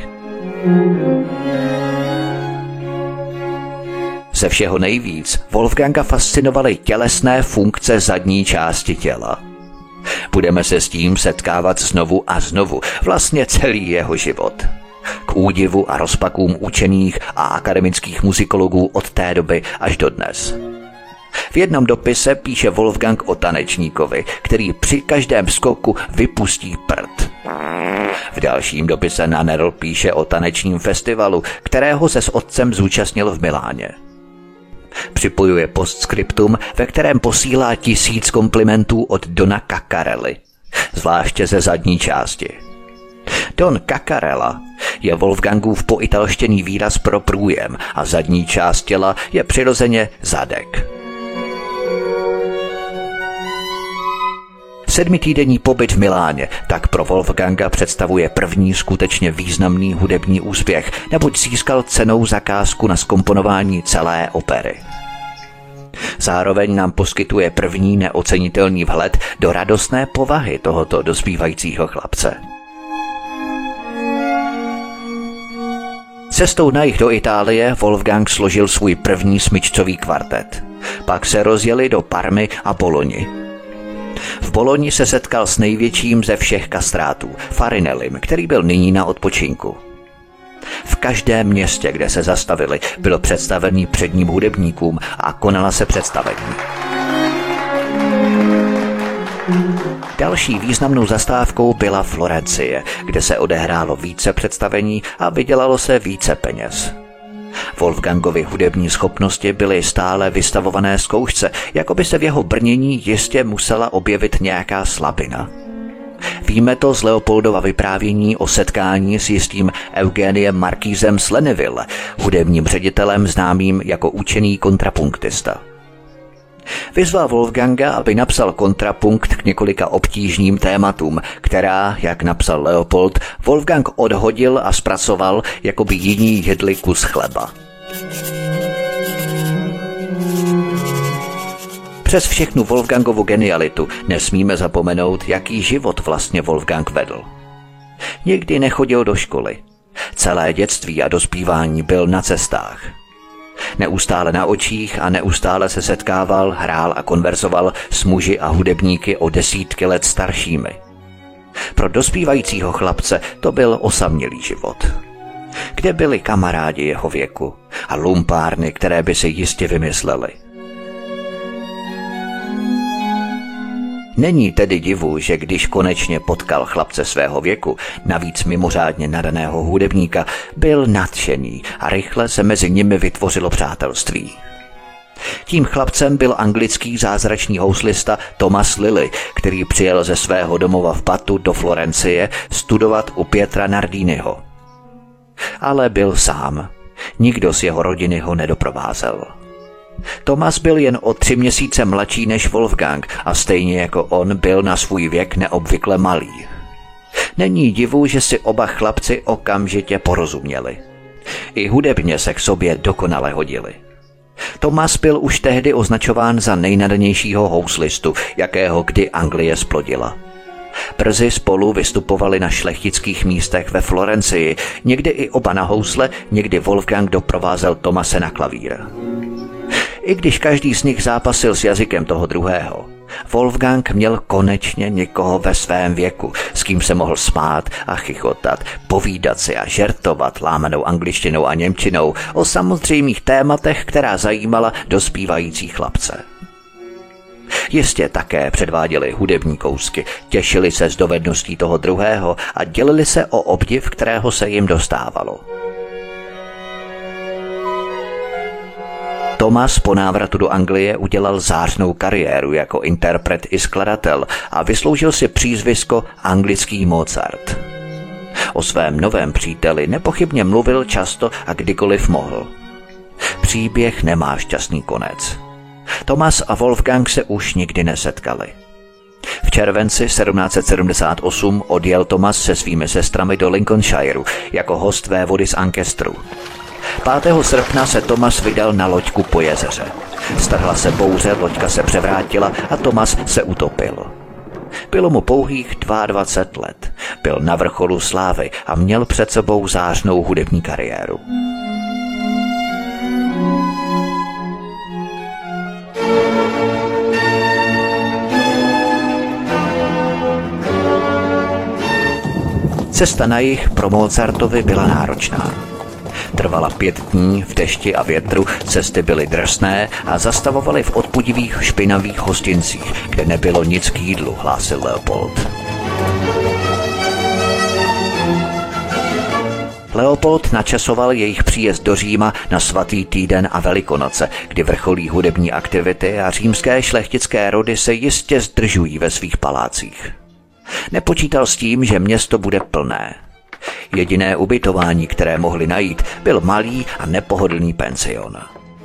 Ze všeho nejvíc Wolfganga fascinovaly tělesné funkce zadní části těla. Budeme se s tím setkávat znovu a znovu, vlastně celý jeho život. K údivu a rozpakům učených a akademických muzikologů od té doby až dodnes. V jednom dopise píše Wolfgang o tanečníkovi, který při každém skoku vypustí prd. V dalším dopise na Nerl píše o tanečním festivalu, kterého se s otcem zúčastnil v Miláně. Připojuje postscriptum, ve kterém posílá 1000 komplimentů od Dona Caccarelli, zvláště ze zadní části. Don Caccarella je Wolfgangův poitalštěný výraz pro průjem a zadní část těla je přirozeně zadek. 7týdenní pobyt v Miláně tak pro Wolfganga představuje první skutečně významný hudební úspěch, neboť získal cennou zakázku na zkomponování celé opery. Zároveň nám poskytuje první neocenitelný vhled do radostné povahy tohoto dospívajícího chlapce. Cestou na jih do Itálie Wolfgang složil svůj první smyčcový kvartet. Pak se rozjeli do Parmy a Boloni. V Boloni se setkal s největším ze všech kastrátů, Farinellim, který byl nyní na odpočinku. V každém městě, kde se zastavili, bylo představený předním hudebníkům a konala se představení. Další významnou zastávkou byla Florencie, kde se odehrálo více představení a vydělalo se více peněz. Wolfgangovy hudební schopnosti byly stále vystavované zkoušce, jako by se v jeho brnění jistě musela objevit nějaká slabina. Víme to z Leopoldova vyprávění o setkání s jistým Eugeniem Marquisem z Leneville, hudebním ředitelem známým jako učený kontrapunktista. Vyzval Wolfganga, aby napsal kontrapunkt k několika obtížným tématům, která, jak napsal Leopold, Wolfgang odhodil a zpracoval, jako by jiní jedli kus chleba. Přes všechnu Wolfgangovu genialitu nesmíme zapomenout, jaký život vlastně Wolfgang vedl. Nikdy nechodil do školy. Celé dětství a dospívání byl na cestách. Neustále na očích a neustále se setkával, hrál a konverzoval s muži a hudebníky o desítky let staršími. Pro dospívajícího chlapce to byl osamělý život. Kde byli kamarádi jeho věku a lumpárny, které by si jistě vymysleli? Není tedy divu, že když konečně potkal chlapce svého věku, navíc mimořádně nadaného hudebníka, byl nadšený a rychle se mezi nimi vytvořilo přátelství. Tím chlapcem byl anglický zázračný houslista Thomas Lilly, který přijel ze svého domova v Batu do Florencie studovat u Pietra Nardiniho. Ale byl sám. Nikdo z jeho rodiny ho nedoprovázel. Thomas byl jen o 3 měsíce mladší než Wolfgang a stejně jako on byl na svůj věk neobvykle malý. Není divu, že si oba chlapci okamžitě porozuměli. I hudebně se k sobě dokonale hodili. Thomas byl už tehdy označován za nejnadanějšího houslistu, jakého kdy Anglie splodila. Brzy spolu vystupovali na šlechtických místech ve Florencii, někdy i oba na housle, někdy Wolfgang doprovázel Thomase na klavír. I když každý z nich zápasil s jazykem toho druhého, Wolfgang měl konečně někoho ve svém věku, s kým se mohl smát a chichotat, povídat si a žertovat lámanou angličtinou a němčinou o samozřejmých tématech, která zajímala dospívající chlapce. Jistě také předváděli hudební kousky, těšili se z dovedností toho druhého a dělili se o obdiv, kterého se jim dostávalo. Thomas po návratu do Anglie udělal zářnou kariéru jako interpret i skladatel a vysloužil si přízvisko anglický Mozart. O svém novém příteli nepochybně mluvil často a kdykoliv mohl. Příběh nemá šťastný konec. Thomas a Wolfgang se už nikdy nesetkali. V červenci 1778 odjel Thomas se svými sestrami do Lincolnshireu jako host vévody z Ancestru. 5. srpna se Thomas vydal na loďku po jezeře. Strhla se bouře, loďka se převrátila a Thomas se utopil. Bylo mu pouhých 22 let, byl na vrcholu slávy a měl před sebou zářnou hudební kariéru. Cesta na jih pro Mozartovi byla náročná. Trvala 5 dní v dešti a větru, cesty byly drsné a zastavovaly v odpudivých špinavých hostincích, kde nebylo nic k jídlu, hlásil Leopold. Leopold načasoval jejich příjezd do Říma na svatý týden a Velikonoce, kdy vrcholí hudební aktivity a římské šlechtické rody se jistě zdržují ve svých palácích. Nepočítal s tím, že město bude plné. Jediné ubytování, které mohli najít, byl malý a nepohodlný pension.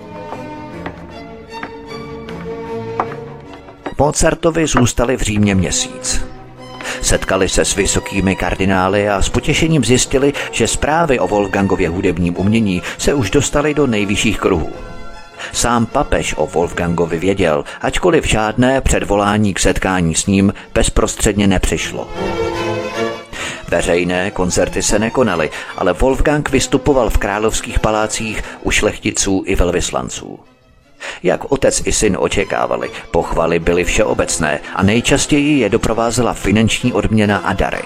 Mozartovi zůstali v Římě měsíc. Setkali se s vysokými kardinály a s potěšením zjistili, že zprávy o Wolfgangově hudebním umění se už dostaly do nejvyšších kruhů. Sám papež o Wolfgangovi věděl, ačkoliv žádné předvolání k setkání s ním bezprostředně nepřišlo. Veřejné koncerty se nekonaly, ale Wolfgang vystupoval v královských palácích u šlechticů i velvyslanců. Jak otec i syn očekávali, pochvaly byly všeobecné a nejčastěji je doprovázela finanční odměna a dary.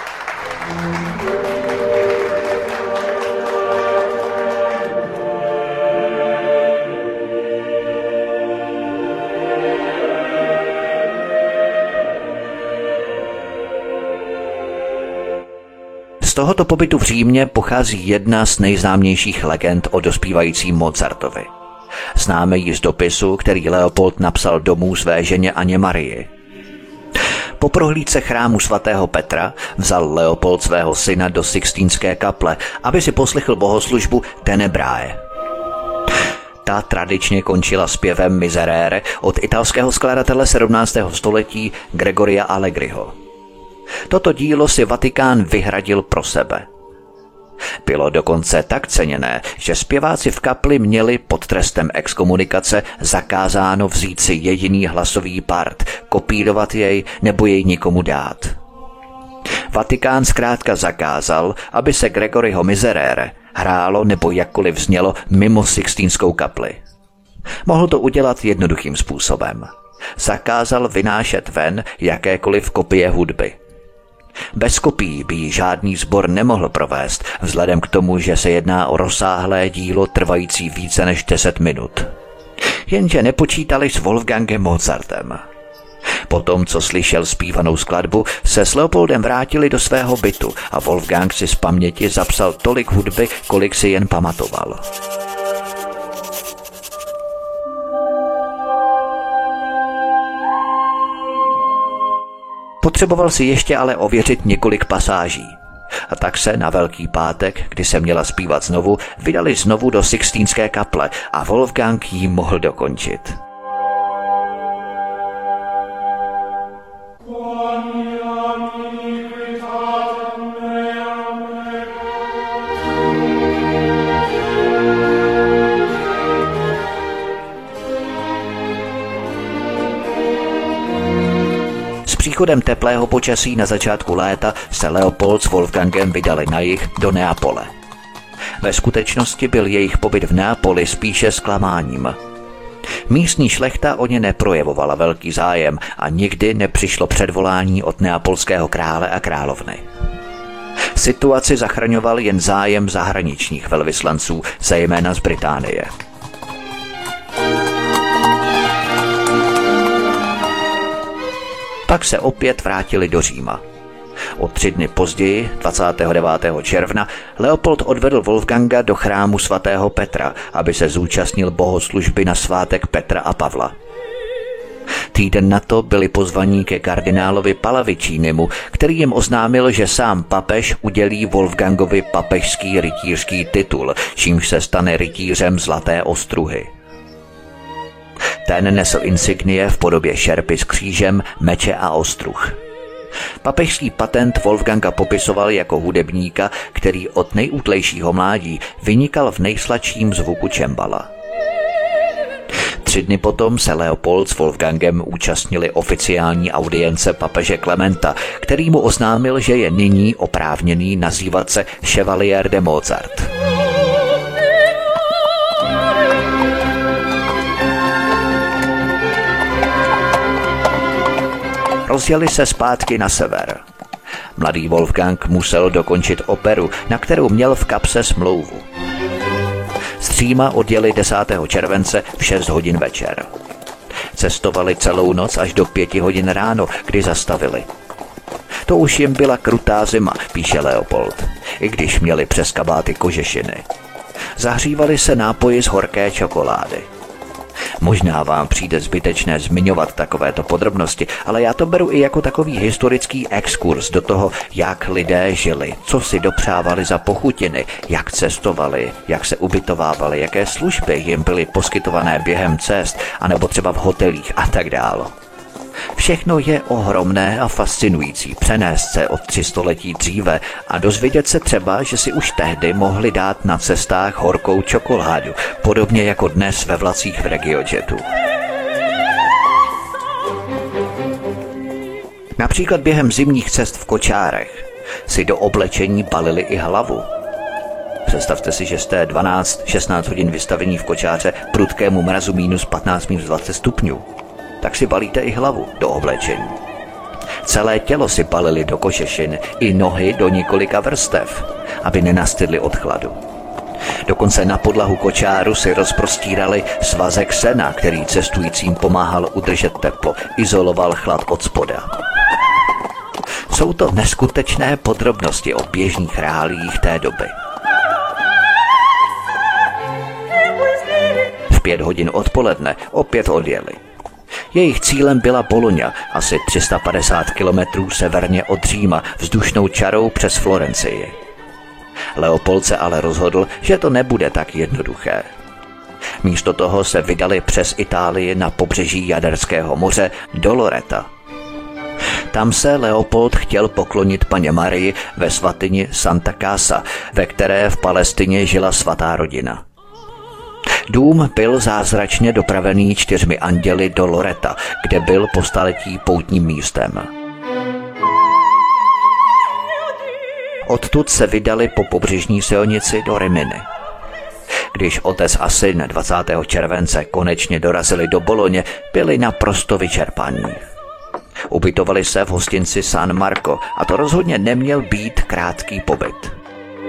Z tohoto pobytu v Římě pochází jedna z nejznámějších legend o dospívajícím Mozartovi. Známe ji z dopisu, který Leopold napsal domů své ženě Anně Marii. Po prohlídce chrámu svatého Petra vzal Leopold svého syna do Sixtínské kaple, aby si poslechl bohoslužbu Tenebrae. Ta tradičně končila zpěvem Miserere od italského skladatele 17. století Gregoria Allegriho. Toto dílo si Vatikán vyhradil pro sebe. Bylo dokonce tak ceněné, že zpěváci v kapli měli pod trestem exkomunikace zakázáno vzít si jediný hlasový part, kopírovat jej nebo jej nikomu dát. Vatikán zkrátka zakázal, aby se Gregoryho Miserere hrálo nebo jakkoliv znělo mimo Sixtínskou kapli. Mohl to udělat jednoduchým způsobem. Zakázal vynášet ven jakékoliv kopie hudby. Bez kopií by ji žádný sbor nemohl provést, vzhledem k tomu, že se jedná o rozsáhlé dílo trvající více než 10 minut. Jenže nepočítali s Wolfgangem Mozartem. Potom, co slyšel zpívanou skladbu, se s Leopoldem vrátili do svého bytu a Wolfgang si z paměti zapsal tolik hudby, kolik si jen pamatoval. Potřeboval si ještě ale ověřit několik pasáží. A tak se na Velký pátek, kdy se měla zpívat znovu, vydali znovu do Sixtínské kaple a Wolfgang ji mohl dokončit. Příchodem teplého počasí na začátku léta se Leopold s Wolfgangem vydali na jih do Neapole. Ve skutečnosti byl jejich pobyt v Neapoli spíše zklamáním. Místní šlechta o ně neprojevovala velký zájem a nikdy nepřišlo předvolání od neapolského krále a královny. Situaci zachraňoval jen zájem zahraničních velvyslanců, zejména z Británie. Pak se opět vrátili do Říma. O 3 dny později, 29. června, Leopold odvedl Wolfganga do chrámu svatého Petra, aby se zúčastnil bohoslužby na svátek Petra a Pavla. Týden na to byli pozvaní ke kardinálovi Pallavicinimu, který jim oznámil, že sám papež udělí Wolfgangovi papežský rytířský titul, čímž se stane rytířem Zlaté ostruhy. Ten nesl insignie v podobě šerpy s křížem, meče a ostruh. Papežský patent Wolfganga popisoval jako hudebníka, který od nejútlejšího mládí vynikal v nejsladším zvuku čembala. 3 dny potom se Leopold s Wolfgangem účastnili oficiální audience papeže Klementa, který mu oznámil, že je nyní oprávněný nazývat se Chevalier de Mozart. Rozjeli se zpátky na sever. Mladý Wolfgang musel dokončit operu, na kterou měl v kapse smlouvu. Z Říma odjeli 10. července v 6 hodin večer. Cestovali celou noc až do 5 hodin ráno, kdy zastavili. To už jim byla krutá zima, píše Leopold, i když měli přes kabáty kožešiny. Zahřívali se nápoji z horké čokolády. Možná vám přijde zbytečné zmiňovat takovéto podrobnosti, ale já to beru i jako takový historický exkurs do toho, jak lidé žili, co si dopřávali za pochutiny, jak cestovali, jak se ubytovávali, jaké služby jim byly poskytované během cest, anebo třeba v hotelích a tak dále. Všechno je ohromné a fascinující, přenést se od 3 století dříve a dozvědět se třeba, že si už tehdy mohli dát na cestách horkou čokoládu, podobně jako dnes ve vlacích v RegioJetu. Například během zimních cest v kočárech si do oblečení balili i hlavu. Představte si, že jste 12-16 hodin vystavení v kočáře prudkému mrazu minus 15 minus 20 stupňů. Tak si balíte i hlavu do oblečení. Celé tělo si balili do kožešin, i nohy do několika vrstev, aby nenastydli od chladu. Dokonce na podlahu kočáru si rozprostírali svazek sena, který cestujícím pomáhal udržet teplo, izoloval chlad od spoda. Jsou to neskutečné podrobnosti o běžných reáliích té doby. V 5 hodin odpoledne opět odjeli. Jejich cílem byla Bologna, asi 350 kilometrů severně od Říma, vzdušnou čarou přes Florencii. Leopold se ale rozhodl, že to nebude tak jednoduché. Místo toho se vydali přes Itálii na pobřeží Jaderského moře do Loreta. Tam se Leopold chtěl poklonit Panně Marii ve svatyni Santa Casa, ve které v Palestině žila svatá rodina. Dům byl zázračně dopravený 4 anděli do Loreta, kde byl po staletí poutním místem. Odtud se vydali po pobřežní silnici do Rimini. Když otec a syn 20. července konečně dorazili do Bologne, byli naprosto vyčerpaní. Ubytovali se v hostinci San Marco a to rozhodně neměl být krátký pobyt.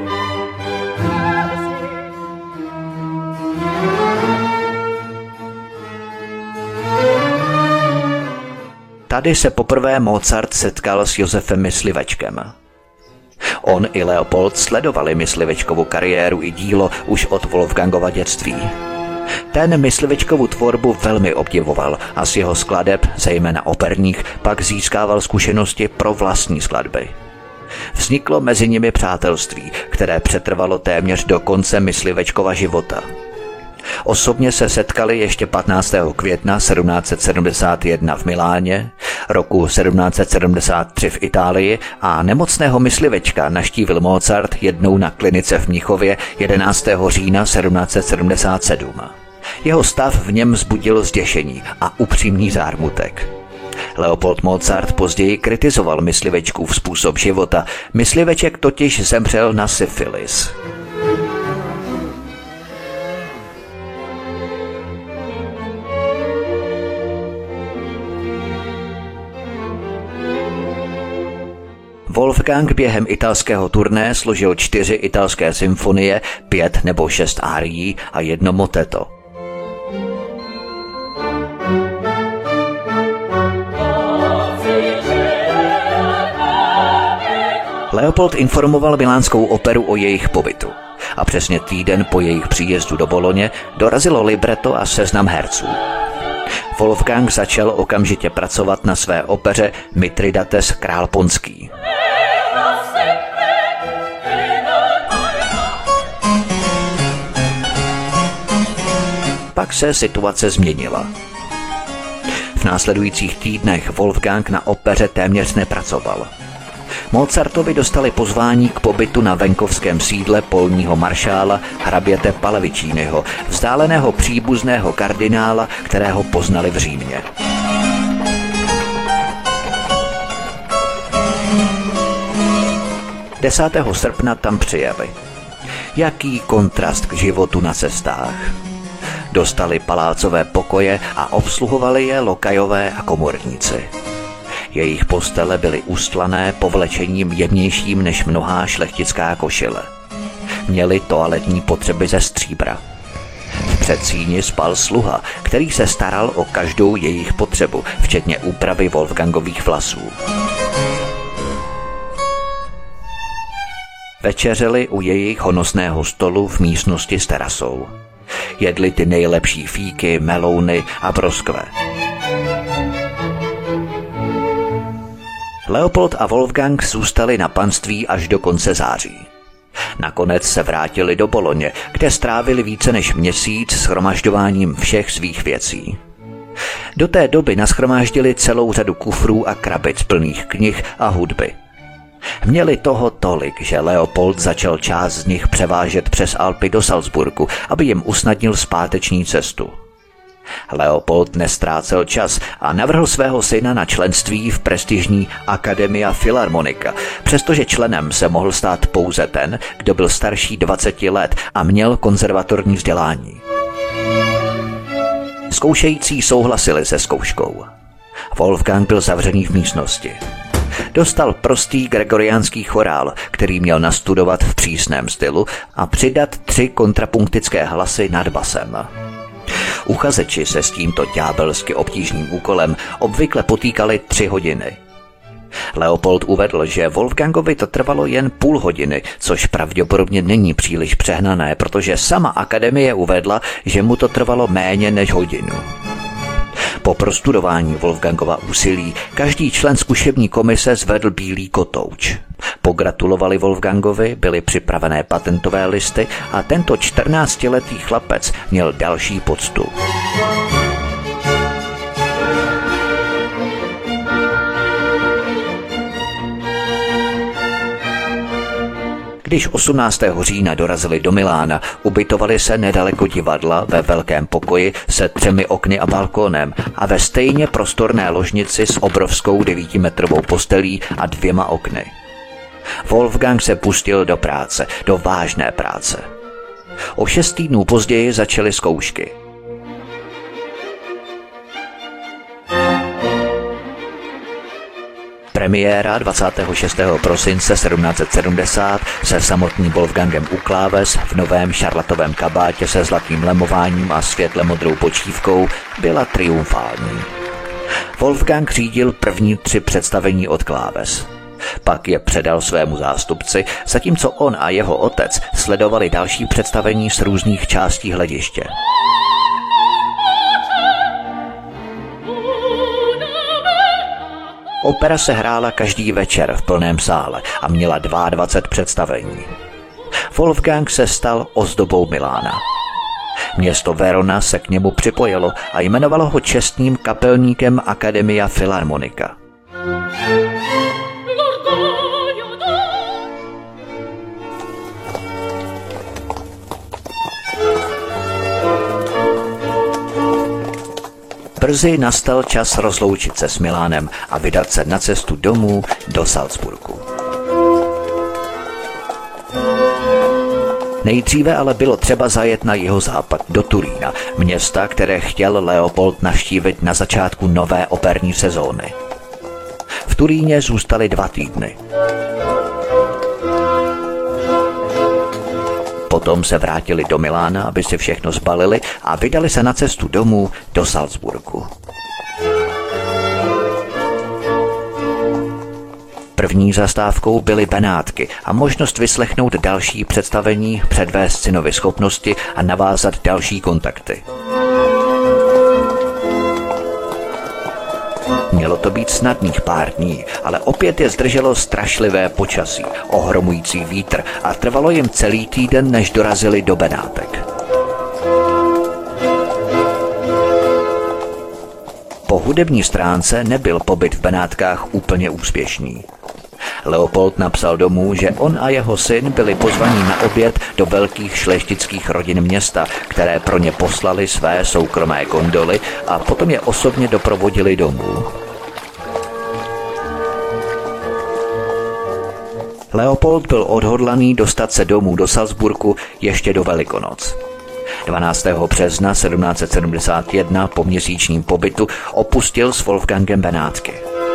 Tady se poprvé Mozart setkal s Josefem Myslivečkem. On i Leopold sledovali Myslivečkovu kariéru i dílo už od Wolfgangova dětství. Ten Myslivečkovu tvorbu velmi obdivoval a z jeho skladeb, zejména operních, pak získával zkušenosti pro vlastní skladby. Vzniklo mezi nimi přátelství, které přetrvalo téměř do konce Myslivečkova života. Osobně se setkali ještě 15. května 1771 v Miláně, roku 1773 v Itálii a nemocného Myslivečka navštívil Mozart jednou na klinice v Mnichově 11. října 1777. Jeho stav v něm vzbudil zděšení a upřímný zármutek. Leopold Mozart později kritizoval Myslivečkův způsob života. Mysliveček totiž zemřel na syfilis. Wolfgang během italského turné složil 4 italské symfonie, 5 nebo 6 árií a 1 moteto. Leopold informoval milánskou operu o jejich pobytu a přesně týden po jejich příjezdu do Bologně dorazilo libreto a seznam herců. Wolfgang začal okamžitě pracovat na své opeře Mithridates král ponský. Pak se situace změnila. V následujících týdnech Wolfgang na opeře téměř nepracoval. Mozartovi dostali pozvání k pobytu na venkovském sídle polního maršála hraběte Pallaviciniho, vzdáleného příbuzného kardinála, kterého poznali v Římě. – 10. srpna tam přijeli. Jaký kontrast k životu na cestách. Dostali palácové pokoje a obsluhovali je lokajové a komorníci. Jejich postele byly ustlané povlečením jemnějším než mnohá šlechtická košile. Měli toaletní potřeby ze stříbra. V předsíni spal sluha, který se staral o každou jejich potřebu, včetně úpravy Wolfgangových vlasů. Večeřeli u jejich honosného stolu v místnosti s terasou. Jedli ty nejlepší fíky, melouny a broskve. Leopold a Wolfgang zůstali na panství až do konce září. Nakonec se vrátili do Boloně, kde strávili více než měsíc shromažďováním všech svých věcí. Do té doby nashromáždili celou řadu kufrů a krabic plných knih a hudby. Měli toho tolik, že Leopold začal část z nich převážet přes Alpy do Salzburgu, aby jim usnadnil zpáteční cestu. Leopold nestrácel čas a navrhl svého syna na členství v prestižní Academia Philharmonica, přestože členem se mohl stát pouze ten, kdo byl starší 20 let a měl konzervatorní vzdělání. Zkoušející souhlasili se zkouškou. Wolfgang byl zavřený v místnosti. Dostal prostý gregoriánský chorál, který měl nastudovat v přísném stylu a přidat 3 kontrapunktické hlasy nad basem. Uchazeči se s tímto ďábelsky obtížným úkolem obvykle potýkali 3 hodiny. Leopold uvedl, že Wolfgangovi to trvalo jen půl hodiny, což pravděpodobně není příliš přehnané, protože sama akademie uvedla, že mu to trvalo méně než hodinu. Po prostudování Wolfgangova úsilí každý člen zkušební komise zvedl bílý kotouč. Pogratulovali Wolfgangovi, byly připravené patentové listy a tento 14letý chlapec měl další poctu. Když 18. října dorazili do Milána, ubytovali se nedaleko divadla ve velkém pokoji se 3 okny a balkónem a ve stejně prostorné ložnici s obrovskou 9metrovou postelí a 2 okny. Wolfgang se pustil do práce, do vážné práce. O 6 týdnů později začaly zkoušky. Premiéra 26. prosince 1770 se samotným Wolfgangem u kláves v novém šarlatovém kabátě se zlatým lemováním a světle modrou počívkou byla triumfální. Wolfgang řídil první 3 představení od kláves. Pak je předal svému zástupci, zatímco on a jeho otec sledovali další představení z různých částí hlediště. Opera se hrála každý večer v plném sále a měla 22 představení. Wolfgang se stal ozdobou Milána. Město Verona se k němu připojilo a jmenovalo ho čestným kapelníkem Academia Philharmonica. Brzy nastal čas rozloučit se s Milánem a vydat se na cestu domů do Salzburgu. Nejdříve ale bylo třeba zajet na jihozápad do Turína, města, které chtěl Leopold navštívit na začátku nové operní sezóny. V Turíně zůstali 2 týdny. Potom se vrátili do Milána, aby si všechno zbalili a vydali se na cestu domů do Salzburgu. První zastávkou byly Benátky a možnost vyslechnout další představení, předvést synovi schopnosti a navázat další kontakty. Mělo to být snadných pár dní, ale opět je zdrželo strašlivé počasí, ohromující vítr a trvalo jim celý týden, než dorazili do Benátek. Po hudební stránce nebyl pobyt v Benátkách úplně úspěšný. Leopold napsal domů, že on a jeho syn byli pozvaní na oběd do velkých šlechtických rodin města, které pro ně poslali své soukromé gondoly a potom je osobně doprovodili domů. Leopold byl odhodlaný dostat se domů do Salzburgu ještě do Velikonoc. 12. března 1771 po měsíčním pobytu opustil s Wolfgangem Benátky.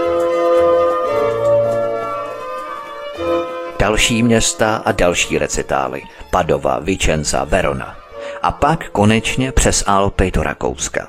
Další města a další recitály. Padova, Vicenza, Verona. A pak konečně přes Alpy do Rakouska.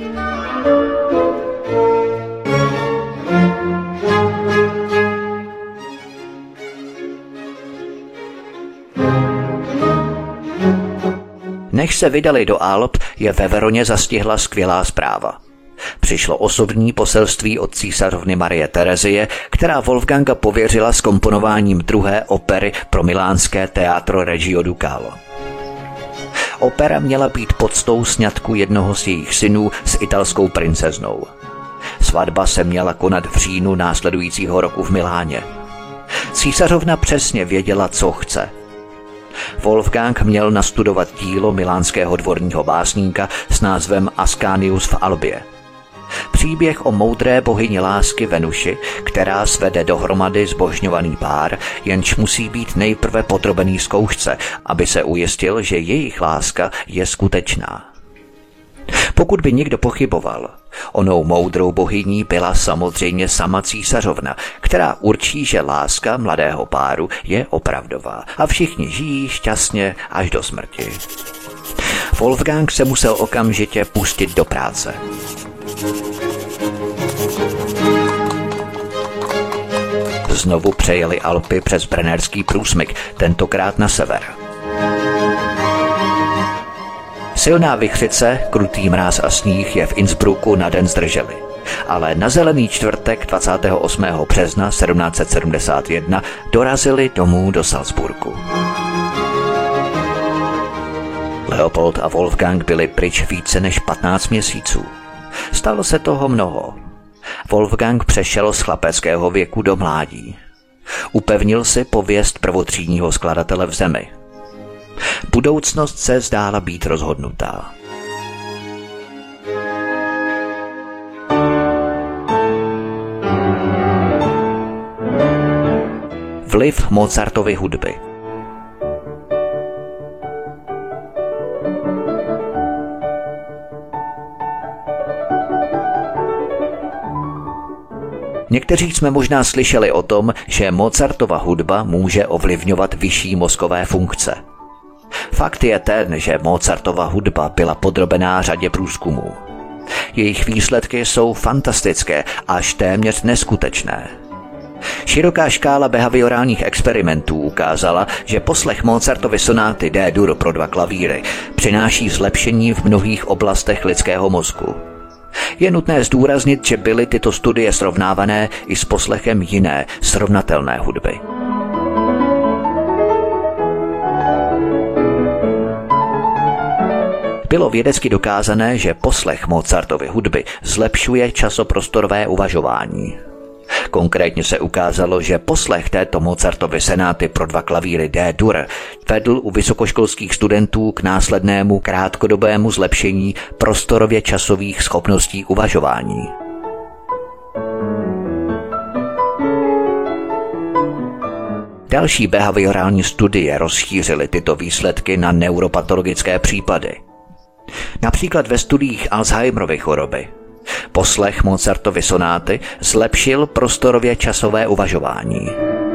Než se vydali do Alp, je ve Veroně zastihla skvělá zpráva. Přišlo osobní poselství od císařovny Marie Terezie, která Wolfganga pověřila s komponováním druhé opery pro milánské Teatro Regio Ducalo. Opera měla být poctou sňatku jednoho z jejich synů s italskou princeznou. Svatba se měla konat v říjnu následujícího roku v Miláně. Císařovna přesně věděla, co chce. Wolfgang měl nastudovat dílo milánského dvorního básníka s názvem Ascanius v Albě. Příběh o moudré bohyni lásky Venuši, která svede dohromady zbožňovaný pár, jenž musí být nejprve podrobený zkoušce, aby se ujistil, že jejich láska je skutečná. Pokud by někdo pochyboval, onou moudrou bohyní byla samozřejmě sama císařovna, která určí, že láska mladého páru je opravdová a všichni žijí šťastně až do smrti. Wolfgang se musel okamžitě pustit do práce. Znovu přejeli Alpy přes Brennerský průsmyk, tentokrát na sever. Silná vichřice, krutý mráz a sníh je v Innsbrucku na den zdrželi, ale na Zelený čtvrtek 28. března 1771 dorazili domů do Salzburgu. Leopold a Wolfgang byli pryč více než 15 měsíců. Stalo se toho mnoho. Wolfgang přešel z chlapeckého věku do mládí. Upevnil si pověst prvotřídního skladatele v zemi. Budoucnost se zdála být rozhodnutá. Vliv Mozartovy hudby. Někteří jsme možná slyšeli o tom, že Mozartova hudba může ovlivňovat vyšší mozkové funkce. Fakt je ten, že Mozartova hudba byla podrobená řadě průzkumů. Jejich výsledky jsou fantastické, až téměř neskutečné. Široká škála behaviorálních experimentů ukázala, že poslech Mozartovy sonáty D-dur pro 2 klavíry přináší zlepšení v mnohých oblastech lidského mozku. Je nutné zdůraznit, že byly tyto studie srovnávané i s poslechem jiné, srovnatelné hudby. Bylo vědecky dokázané, že poslech Mozartovy hudby zlepšuje časoprostorové uvažování. Konkrétně se ukázalo, že poslech této Mozartovy sonáty pro 2 klavíry D-dur vedl u vysokoškolských studentů k následnému krátkodobému zlepšení prostorově časových schopností uvažování. Další behaviorální studie rozšířily tyto výsledky na neuropatologické případy. Například ve studiích Alzheimerovy choroby poslech Mozartovy sonáty zlepšil prostorově časové uvažování.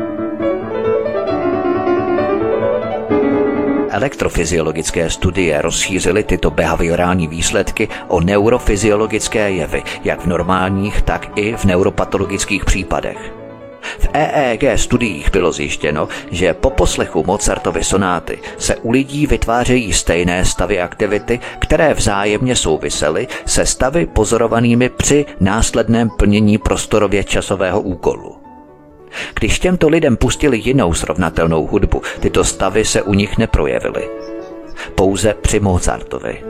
Elektrofyziologické studie rozšířily tyto behaviorální výsledky o neurofyziologické jevy, jak v normálních, tak i v neuropatologických případech. V EEG studiích bylo zjištěno, že po poslechu Mozartovy sonáty se u lidí vytvářejí stejné stavy aktivity, které vzájemně souvisely se stavy pozorovanými při následném plnění prostorově časového úkolu. Když těmto lidem pustili jinou srovnatelnou hudbu, tyto stavy se u nich neprojevily. Pouze při Mozartovi.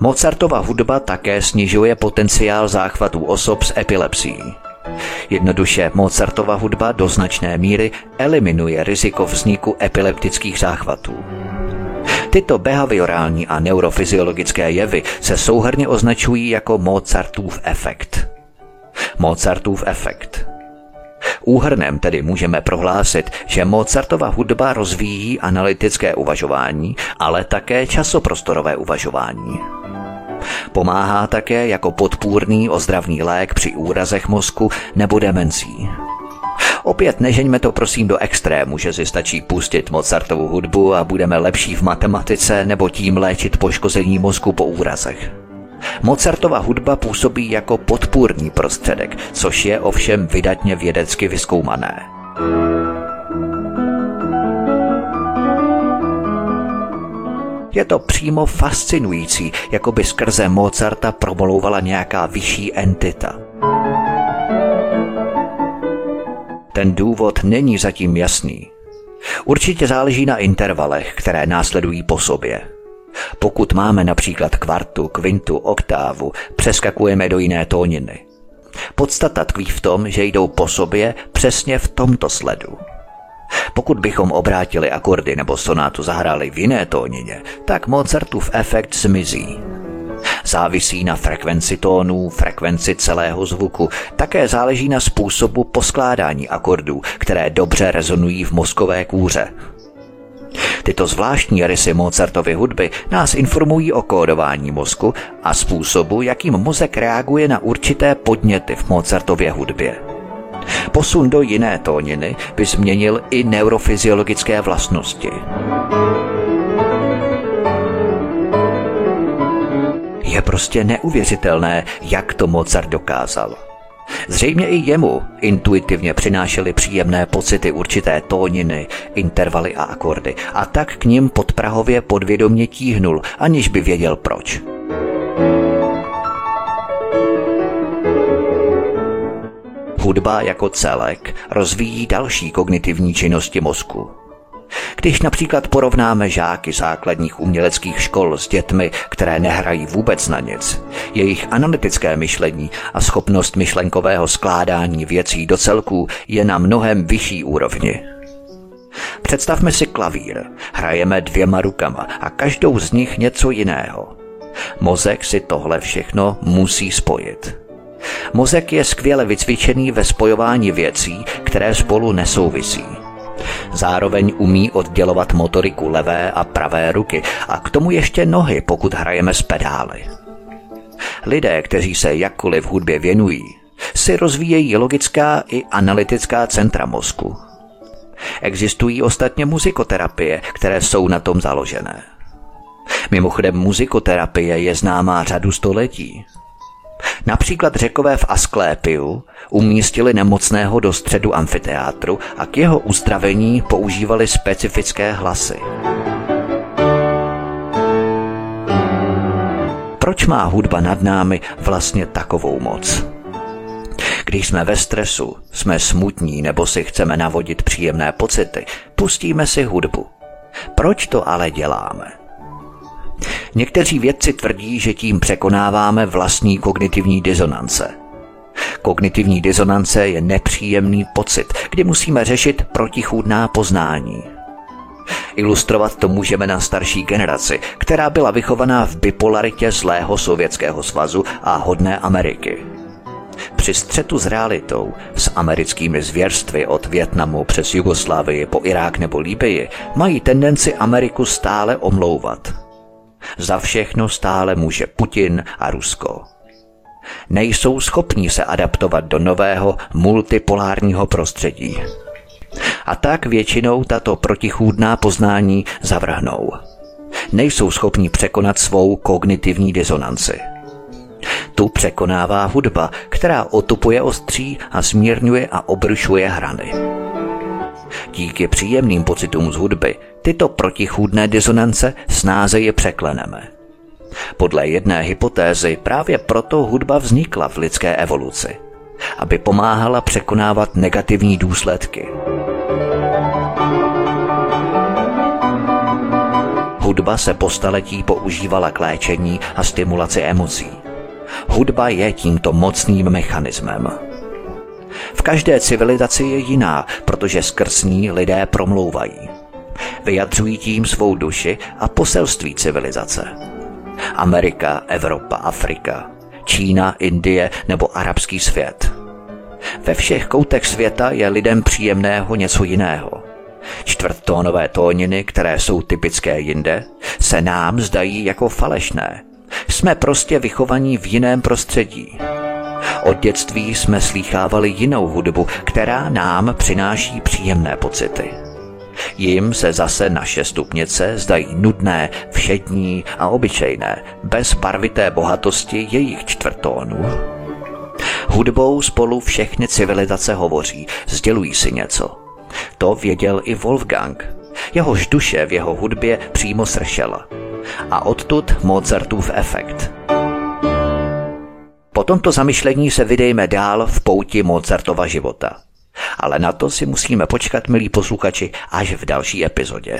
Mozartova hudba také snižuje potenciál záchvatů osob s epilepsií. Jednoduše Mozartova hudba do značné míry eliminuje riziko vzniku epileptických záchvatů. Tyto behaviorální a neurofyziologické jevy se souhrnně označují jako Mozartův efekt. Mozartův efekt. Úhrnem tedy můžeme prohlásit, že Mozartova hudba rozvíjí analytické uvažování, ale také časoprostorové uvažování. Pomáhá také jako podpůrný ozdravný lék při úrazech mozku nebo demencí. Opět nežeňme to prosím do extrému, že si stačí pustit Mozartovu hudbu a budeme lepší v matematice nebo tím léčit poškození mozku po úrazech. Mozartova hudba působí jako podpůrný prostředek, což je ovšem vydatně vědecky vyzkoumané. Je to přímo fascinující, jako by skrze Mozarta promlouvala nějaká vyšší entita. Ten důvod není zatím jasný. Určitě záleží na intervalech, které následují po sobě. Pokud máme například kvartu, kvintu, oktávu, přeskakujeme do jiné tóniny. Podstata tkví v tom, že jdou po sobě přesně v tomto sledu. Pokud bychom obrátili akordy nebo sonátu zahráli v jiné tónině, tak Mozartův efekt zmizí. Závisí na frekvenci tónů, frekvenci celého zvuku, také záleží na způsobu poskládání akordů, které dobře rezonují v mozkové kůře. Tyto zvláštní rysy Mozartovy hudby nás informují o kódování mozku a způsobu, jakým mozek reaguje na určité podněty v Mozartově hudbě. Posun do jiné tóniny by změnil i neurofyziologické vlastnosti. Je prostě neuvěřitelné, jak to Mozart dokázal. Zřejmě i jemu intuitivně přinášely příjemné pocity určité tóniny, intervaly a akordy a tak k nim podprahově podvědomě tíhnul, aniž by věděl proč. Hudba jako celek rozvíjí další kognitivní činnosti mozku. Když například porovnáme žáky základních uměleckých škol s dětmi, které nehrají vůbec na nic, jejich analytické myšlení a schopnost myšlenkového skládání věcí do celků je na mnohem vyšší úrovni. Představme si klavír, hrajeme 2 rukama a každou z nich něco jiného. Mozek si tohle všechno musí spojit. Mozek je skvěle vycvičený ve spojování věcí, které spolu nesouvisí. Zároveň umí oddělovat motoriku levé a pravé ruky a k tomu ještě nohy, pokud hrajeme s pedály. Lidé, kteří se jakkoliv hudbě věnují, si rozvíjejí logická i analytická centra mozku. Existují ostatně muzikoterapie, které jsou na tom založené. Mimochodem muzikoterapie je známá řadu století. Například Řekové v Asklépiu umístili nemocného do středu amfiteátru a k jeho uzdravení používali specifické hlasy. Proč má hudba nad námi vlastně takovou moc? Když jsme ve stresu, jsme smutní nebo si chceme navodit příjemné pocity, pustíme si hudbu. Proč to ale děláme? Někteří vědci tvrdí, že tím překonáváme vlastní kognitivní disonance. Kognitivní disonance je nepříjemný pocit, kdy musíme řešit protichůdná poznání. Ilustrovat to můžeme na starší generaci, která byla vychovaná v bipolaritě zlého Sovětského svazu a hodné Ameriky. Při střetu s realitou, s americkými zvěrstvy od Vietnamu přes Jugoslávii po Irák nebo Libyi, mají tendenci Ameriku stále omlouvat. Za všechno stále může Putin a Rusko. Nejsou schopní se adaptovat do nového multipolárního prostředí. A tak většinou tato protichůdná poznání zavrhnou. Nejsou schopní překonat svou kognitivní disonanci. Tu překonává hudba, která otupuje ostří a smírňuje a obrušuje hrany. Díky příjemným pocitům z hudby tyto protichůdné disonance snáze je překleneme. Podle jedné hypotézy právě proto hudba vznikla v lidské evoluci, aby pomáhala překonávat negativní důsledky. Hudba se po staletí používala k léčení a stimulaci emocí. Hudba je tímto mocným mechanismem. V každé civilizaci je jiná, protože skrz ní lidé promlouvají. Vyjadřují tím svou duši a poselství civilizace. Amerika, Evropa, Afrika, Čína, Indie nebo arabský svět. Ve všech koutech světa je lidem příjemného něco jiného. Čtvrttónové tóniny, které jsou typické jinde, se nám zdají jako falešné. Jsme prostě vychovaní v jiném prostředí. Od dětství jsme slýchávali jinou hudbu, která nám přináší příjemné pocity. Jim se zase naše stupnice zdají nudné, všední a obyčejné, bez barvité bohatosti jejich čtvrttónů. Hudbou spolu všechny civilizace hovoří, sdělují si něco. To věděl i Wolfgang. Jehož duše v jeho hudbě přímo sršela. A odtud Mozartův efekt. Po tomto zamyšlení se vydejme dál v pouti Mozartova života. Ale na to si musíme počkat, milí posluchači, až v další epizodě.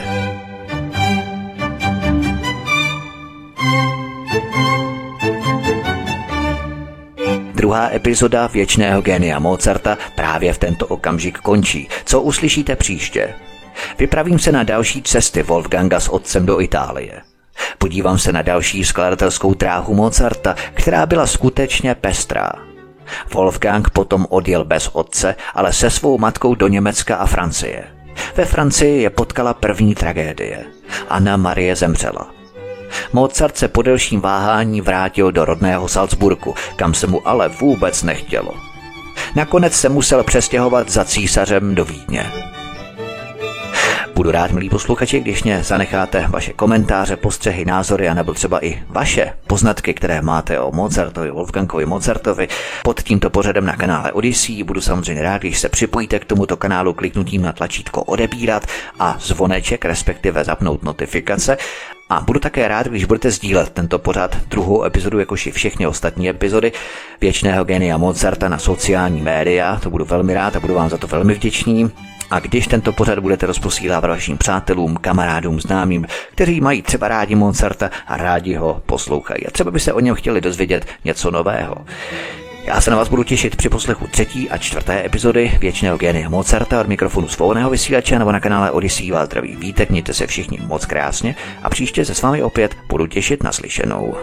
Druhá epizoda Věčného génia Mozarta právě v tento okamžik končí. Co uslyšíte příště? Vypravím se na další cesty Wolfganga s otcem do Itálie. Podívám se na další skladatelskou dráhu Mozarta, která byla skutečně pestrá. Wolfgang potom odjel bez otce, ale se svou matkou do Německa a Francie. Ve Francii je potkala první tragédie. Anna Marie zemřela. Mozart se po delším váhání vrátil do rodného Salzburgu, kam se mu ale vůbec nechtělo. Nakonec se musel přestěhovat za císařem do Vídně. Budu rád, milí posluchači, když mě zanecháte vaše komentáře, postřehy, názory a nebo třeba i vaše poznatky, které máte o Mozartovi, Wolfgangovi Mozartovi pod tímto pořadem na kanále Odyssey. Budu samozřejmě rád, když se připojíte k tomuto kanálu kliknutím na tlačítko odebírat a zvoneček, respektive zapnout notifikace. A budu také rád, když budete sdílet tento pořad, druhou epizodu, jakož i všechny ostatní epizody Věčného génia Mozarta na sociální média. To budu velmi rád a budu vám za to velmi vděčný. A když tento pořad budete rozposílávat vašim přátelům, kamarádům, známým, kteří mají třeba rádi Mozarta a rádi ho poslouchají. A třeba by se o něm chtěli dozvědět něco nového. Já se na vás budu těšit při poslechu 3. a 4. epizody Věčného génia Mozarta od mikrofonu svobodného vysílače nebo na kanále Odyssey. Vás zdraví Vítek, mějte se všichni moc krásně a příště se s vámi opět budu těšit na slyšenou.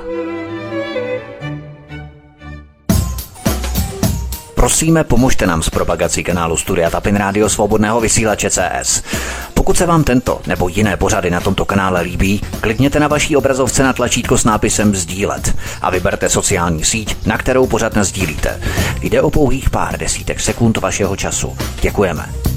Prosíme, pomožte nám s propagací kanálu Studia Tapin Rádio Svobodného vysílače CS. Pokud se vám tento nebo jiné pořady na tomto kanále líbí, klikněte na vaší obrazovce na tlačítko s nápisem sdílet a vyberte sociální síť, na kterou pořad nasdílíte. Jde o pouhých pár desítek sekund vašeho času. Děkujeme.